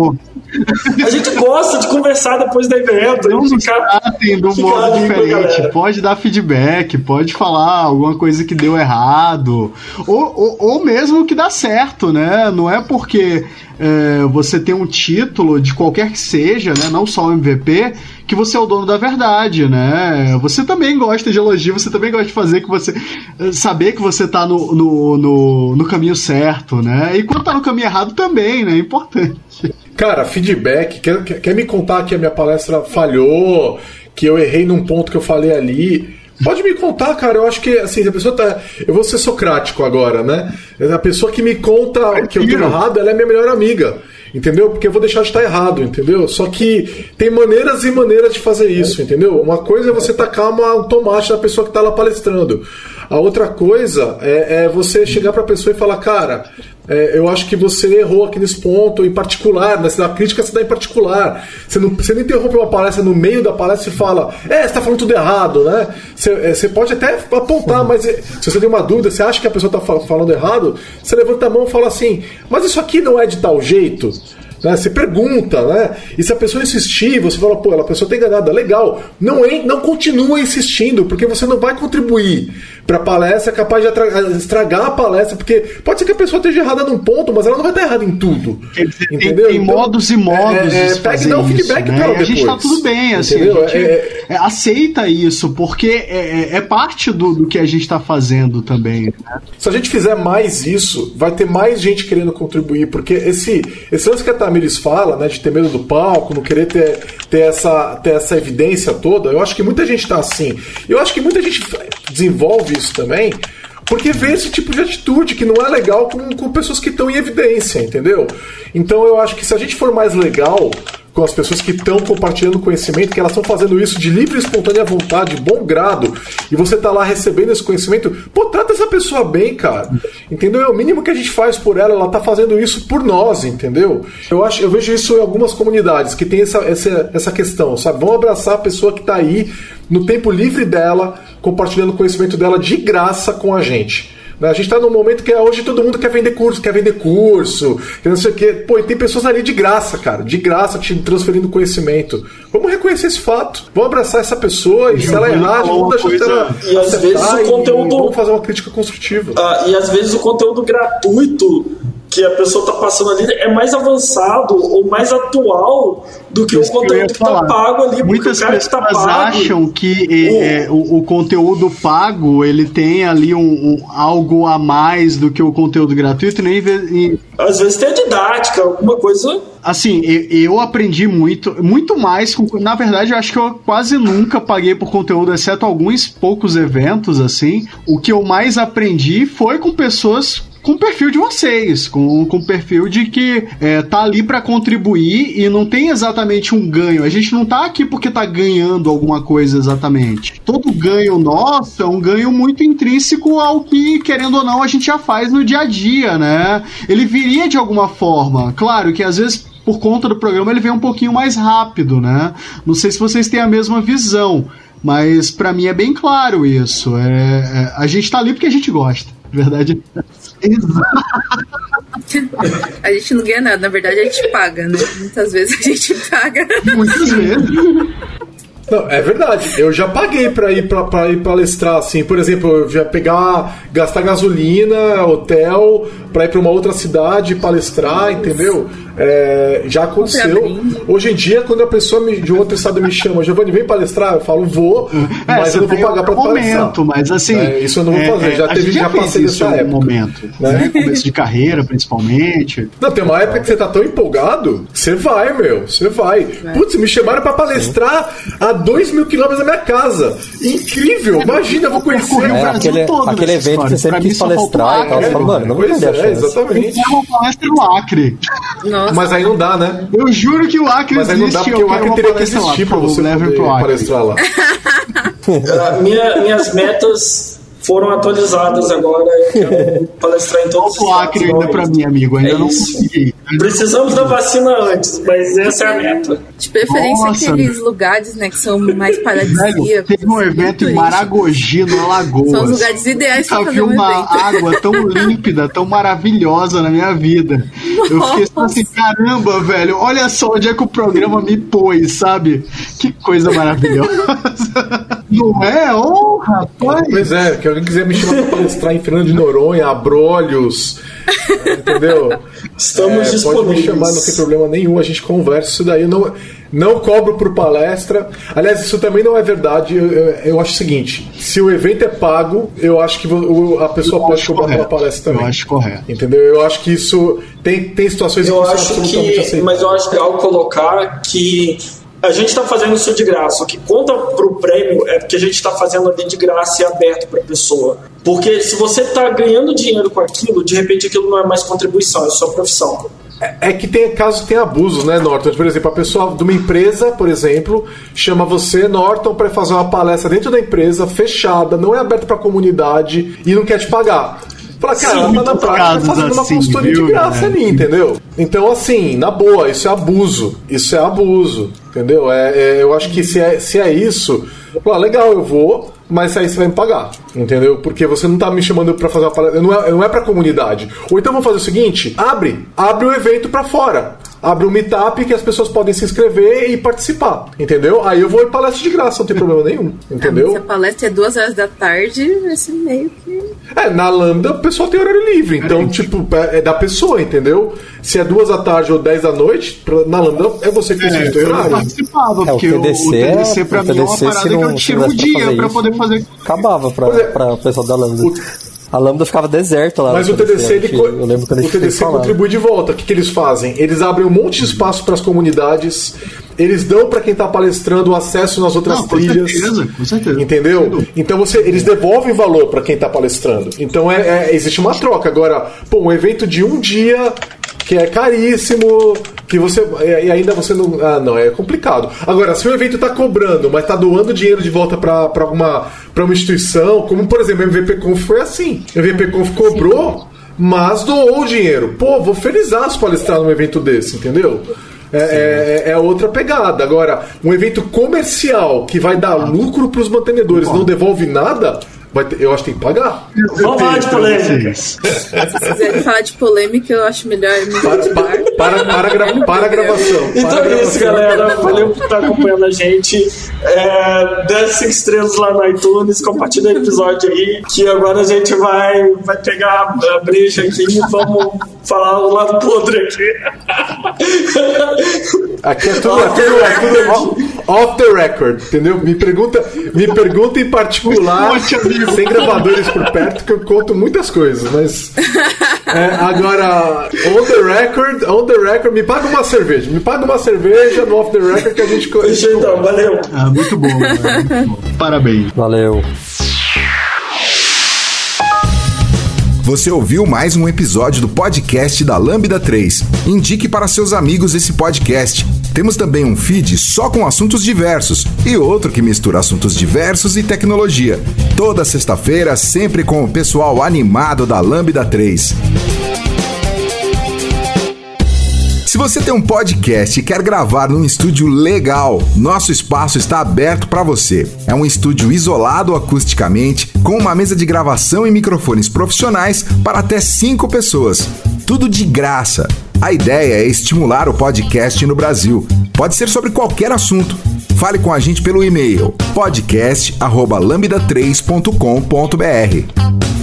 A gente gosta de conversar depois do evento. Não nos tratem do modo diferente. Pode dar feedback, pode falar alguma coisa que deu errado. Ou, ou, ou mesmo que dá certo, né? Não é porque é, você tem um título de qualquer que seja, né? Não só o M V P, que você é o dono da verdade, né? Você também gosta de elogio, você também gosta de fazer que você... saber que você tá no, no, no, no caminho certo, né? E quando tá no caminho errado também, né? É importante. Cara, feedback, quer, quer me contar que a minha palestra falhou, que eu errei num ponto que eu falei ali? Pode me contar, cara. Eu acho que, assim, a pessoa tá... Eu vou ser socrático agora, né? A pessoa que me conta que eu tô errado, ela é minha melhor amiga. Entendeu? Porque eu vou deixar de estar errado, entendeu? Só que tem maneiras e maneiras de fazer isso, entendeu? Uma coisa é você tacar uma, um tomate na pessoa que está lá palestrando. A outra coisa é, é você chegar para a pessoa e falar, cara, é, eu acho que você errou aqui nesse ponto em particular, né? Se dá crítica, você dá em particular. Você não, você não interrompe uma palestra no meio da palestra e fala, é, você está falando tudo errado, né? Você, é, você pode até apontar, mas se você tem uma dúvida, você acha que a pessoa está falando errado, você levanta a mão e fala assim, mas isso aqui não é de tal jeito? Né? Você pergunta, né? E se a pessoa insistir, você fala, pô, a pessoa tá enganada, legal. Não, não continua insistindo, porque você não vai contribuir para a palestra, é capaz de estragar a palestra, porque pode ser que a pessoa esteja errada num ponto, mas ela não vai estar errada em tudo. Quer dizer, entendeu? Tem, tem então, modos e modos é, é, de fazer isso, feedback né? A gente tá tudo bem, assim, a gente é, é, aceita isso, porque é, é parte do, do que a gente tá fazendo também. Né? Se a gente fizer mais isso, vai ter mais gente querendo contribuir, porque esse, esse lance que a Tamires fala, né, de ter medo do palco, não querer ter, ter, essa, ter essa evidência toda, eu acho que muita gente tá assim. Eu acho que muita gente desenvolve isso também porque vê esse tipo de atitude que não é legal com, com pessoas que estão em evidência, entendeu? Então eu acho que se a gente for mais legal com as pessoas que estão compartilhando conhecimento, que elas estão fazendo isso de livre e espontânea vontade, de bom grado, e você tá lá recebendo esse conhecimento, pô, trata essa pessoa bem, cara, entendeu? É o mínimo que a gente faz por ela, ela tá fazendo isso por nós, entendeu? Eu acho, eu vejo isso em algumas comunidades que tem essa, essa, essa questão, sabe? Vão abraçar a pessoa que tá aí no tempo livre dela, compartilhando o conhecimento dela de graça com a gente. A gente está num momento que hoje todo mundo quer vender curso, quer vender curso, quer não sei o quê. Pô, e tem pessoas ali de graça, cara, de graça te transferindo conhecimento. Vamos reconhecer esse fato, vamos abraçar essa pessoa e se ela errar, vamos deixar coisa... ela e às vezes o conteúdo... vamos fazer uma crítica construtiva. Ah, e às vezes o conteúdo gratuito que a pessoa está passando ali é mais avançado ou mais atual do que Isso o conteúdo que está pago ali. Muitas pessoas tá pago, acham que o... É, o, o conteúdo pago ele tem ali um, um, algo a mais do que o conteúdo gratuito. Nem e... Às vezes tem a didática, alguma coisa... Assim, eu, eu aprendi muito, muito mais. Com, na verdade, eu acho que eu quase nunca paguei por conteúdo, exceto alguns poucos eventos, assim. O que eu mais aprendi foi com pessoas com o perfil de vocês, com o perfil de que é, tá ali para contribuir e não tem exatamente um ganho. A gente não tá aqui porque tá ganhando alguma coisa exatamente. Todo ganho nosso é um ganho muito intrínseco ao que, querendo ou não, a gente já faz no dia a dia, né? Ele viria de alguma forma. Claro que às vezes por conta do programa ele vem um pouquinho mais rápido, né? Não sei se vocês têm a mesma visão, mas pra mim é bem claro isso. É, é, a gente tá ali porque a gente gosta. Verdade. A gente não ganha nada, na verdade a gente paga, né? Muitas vezes a gente paga. Muitas vezes. Não, é verdade. Eu já paguei pra ir, pra, pra ir palestrar, assim. Por exemplo, eu já pegar, gastar gasolina, hotel, pra ir pra uma outra cidade palestrar, entendeu? É, já aconteceu. Hoje em dia, quando a pessoa me, de outro estado me chama, Giovanni, vem palestrar, eu falo, vou, é, mas eu não vou pagar pra palestrar. Mas assim, é, isso eu não vou fazer. Já, teve, já, já passei dessa época. Momento, né? Começo de carreira, principalmente. Não, tem uma época que você tá tão empolgado, você vai, meu, você vai. Putz, me chamaram pra palestrar a dois mil quilômetros da minha casa. Incrível! Imagina, eu vou conhecer é, o Brasil aquele, todo. Aquele evento história. Que você sempre quis palestrar e tal. Você fala, mano, não vou perder a chance. É, exatamente. Eu uma palestra no Acre. Nossa. Mas aí não dá, né? Eu juro que o Acre Mas aí não dá, porque o Acre teria que existir pra você poder palestrar lá. uh, minha, minhas metas foram atualizadas agora. Eu quero palestrar em todos os o Acre ainda para mim, amigo. Ainda é não consegui. Precisamos da vacina antes, mas essa é a meta. De preferência Nossa, aqueles meu. lugares, né, que são mais paradisíacos. Teve um evento em Maragogi, no Alagoas. São os lugares ideais para fazer um uma evento. água tão límpida, tão maravilhosa na minha vida. Nossa. Eu fiquei assim, caramba, velho, olha só onde é que o programa me pôs, sabe? Que coisa maravilhosa. Não é? Oh, rapaz! Pois é, que alguém quiser me chamar pra palestrar em Fernando de Noronha, Abrolhos, entendeu? Estamos é, disponíveis. Pode me chamar, não tem problema nenhum, a gente conversa isso daí. Eu não, não cobro por palestra. Aliás, isso também não é verdade. Eu, eu, eu acho o seguinte, se o evento é pago, eu acho que a pessoa eu pode cobrar pela palestra também. Eu acho correto. Entendeu? Eu acho que isso tem, tem situações eu que acho são absolutamente que, aceitáveis. Mas eu acho legal colocar que a gente está fazendo isso de graça. O que conta para o prêmio é porque a gente está fazendo ali de graça e aberto para a pessoa. Porque se você está ganhando dinheiro com aquilo, de repente aquilo não é mais contribuição, é sua profissão. É, é que tem casos que tem abusos, né, Norton? Por exemplo, a pessoa de uma empresa, por exemplo, chama você, Norton, para fazer uma palestra dentro da empresa, fechada, não é aberta para a comunidade e não quer te pagar. Fala, cara, ela tá na prática fazendo uma consultoria de graça ali, entendeu? Então, assim, na boa, isso é abuso. Isso é abuso, entendeu? É, é, eu acho que se é, se é isso, fala, legal, eu vou, mas aí você vai me pagar, entendeu? Porque você não tá me chamando pra fazer uma palestra, não é, não é pra comunidade. Ou então vamos fazer o seguinte, abre, abre o evento pra fora. Abre um meetup que as pessoas podem se inscrever e participar, entendeu? Aí eu vou em palestra de graça, não tem problema nenhum, entendeu? Ah, se a palestra é duas horas da tarde, esse meio que... É, na Lambda o pessoal tem horário livre, então, é, tipo, é, é da pessoa, entendeu? Se é duas da tarde ou dez da noite, na Lambda é você que decide o horário. Eu participava, porque é, o T D C, o T D C pra é, mim é uma parada que eu tiro um dia pra poder fazer... Acabava pra, é, pra pessoal da Lambda. O... A Lambda ficava deserta lá. Mas o T D C, ele, eu lembro quando a gente o T D C contribui de volta. O que, que eles fazem? Eles abrem um monte de espaço para as comunidades, eles dão para quem está palestrando acesso nas outras Não, trilhas. Com certeza, com certeza. Entendeu? Então você, eles devolvem valor para quem está palestrando. Então é, é, existe uma troca. Agora, pô, um evento de um dia que é caríssimo, que você e ainda você não, ah, não é complicado. Agora, se o evento está cobrando, mas está doando dinheiro de volta para alguma para uma instituição, como por exemplo, o M V P Conf foi assim. O M V P Conf cobrou, mas doou o dinheiro. Pô, vou felizaço palestrar num evento desse, entendeu? É, é, é outra pegada. Agora, um evento comercial que vai dar lucro para os mantenedores, não devolve nada. Vai ter, eu acho que tem que pagar. Vamos falar de polêmica. Se quiserem falar de polêmica, eu acho melhor. Para, para, para, para, gra, para a gravação. Então para é isso, galera. Valeu por estar acompanhando a gente. É, dê cinco estrelas lá no iTunes, compartilha o episódio aí. Que agora a gente vai, vai pegar a breja aqui e vamos falar do lado podre aqui. Aqui é tudo, é tudo, é tudo off the record, entendeu? Me pergunta, me pergunta em particular, sem gravadores por perto, que eu conto muitas coisas, mas é, agora on the record, on the record, me paga uma cerveja, me paga uma cerveja no off the record que a gente. Deixa então, valeu. Ah, muito bom, cara, muito bom. Parabéns. Valeu. Você ouviu mais um episódio do podcast da Lambda três. Indique para seus amigos esse podcast. Temos também um feed só com assuntos diversos e outro que mistura assuntos diversos e tecnologia. Toda sexta-feira, sempre com o pessoal animado da Lambda três. Se você tem um podcast e quer gravar num estúdio legal, nosso espaço está aberto para você. É um estúdio isolado acusticamente, com uma mesa de gravação e microfones profissionais para até cinco pessoas. Tudo de graça. A ideia é estimular o podcast no Brasil. Pode ser sobre qualquer assunto. Fale com a gente pelo e-mail podcast arroba lambda três ponto com ponto br.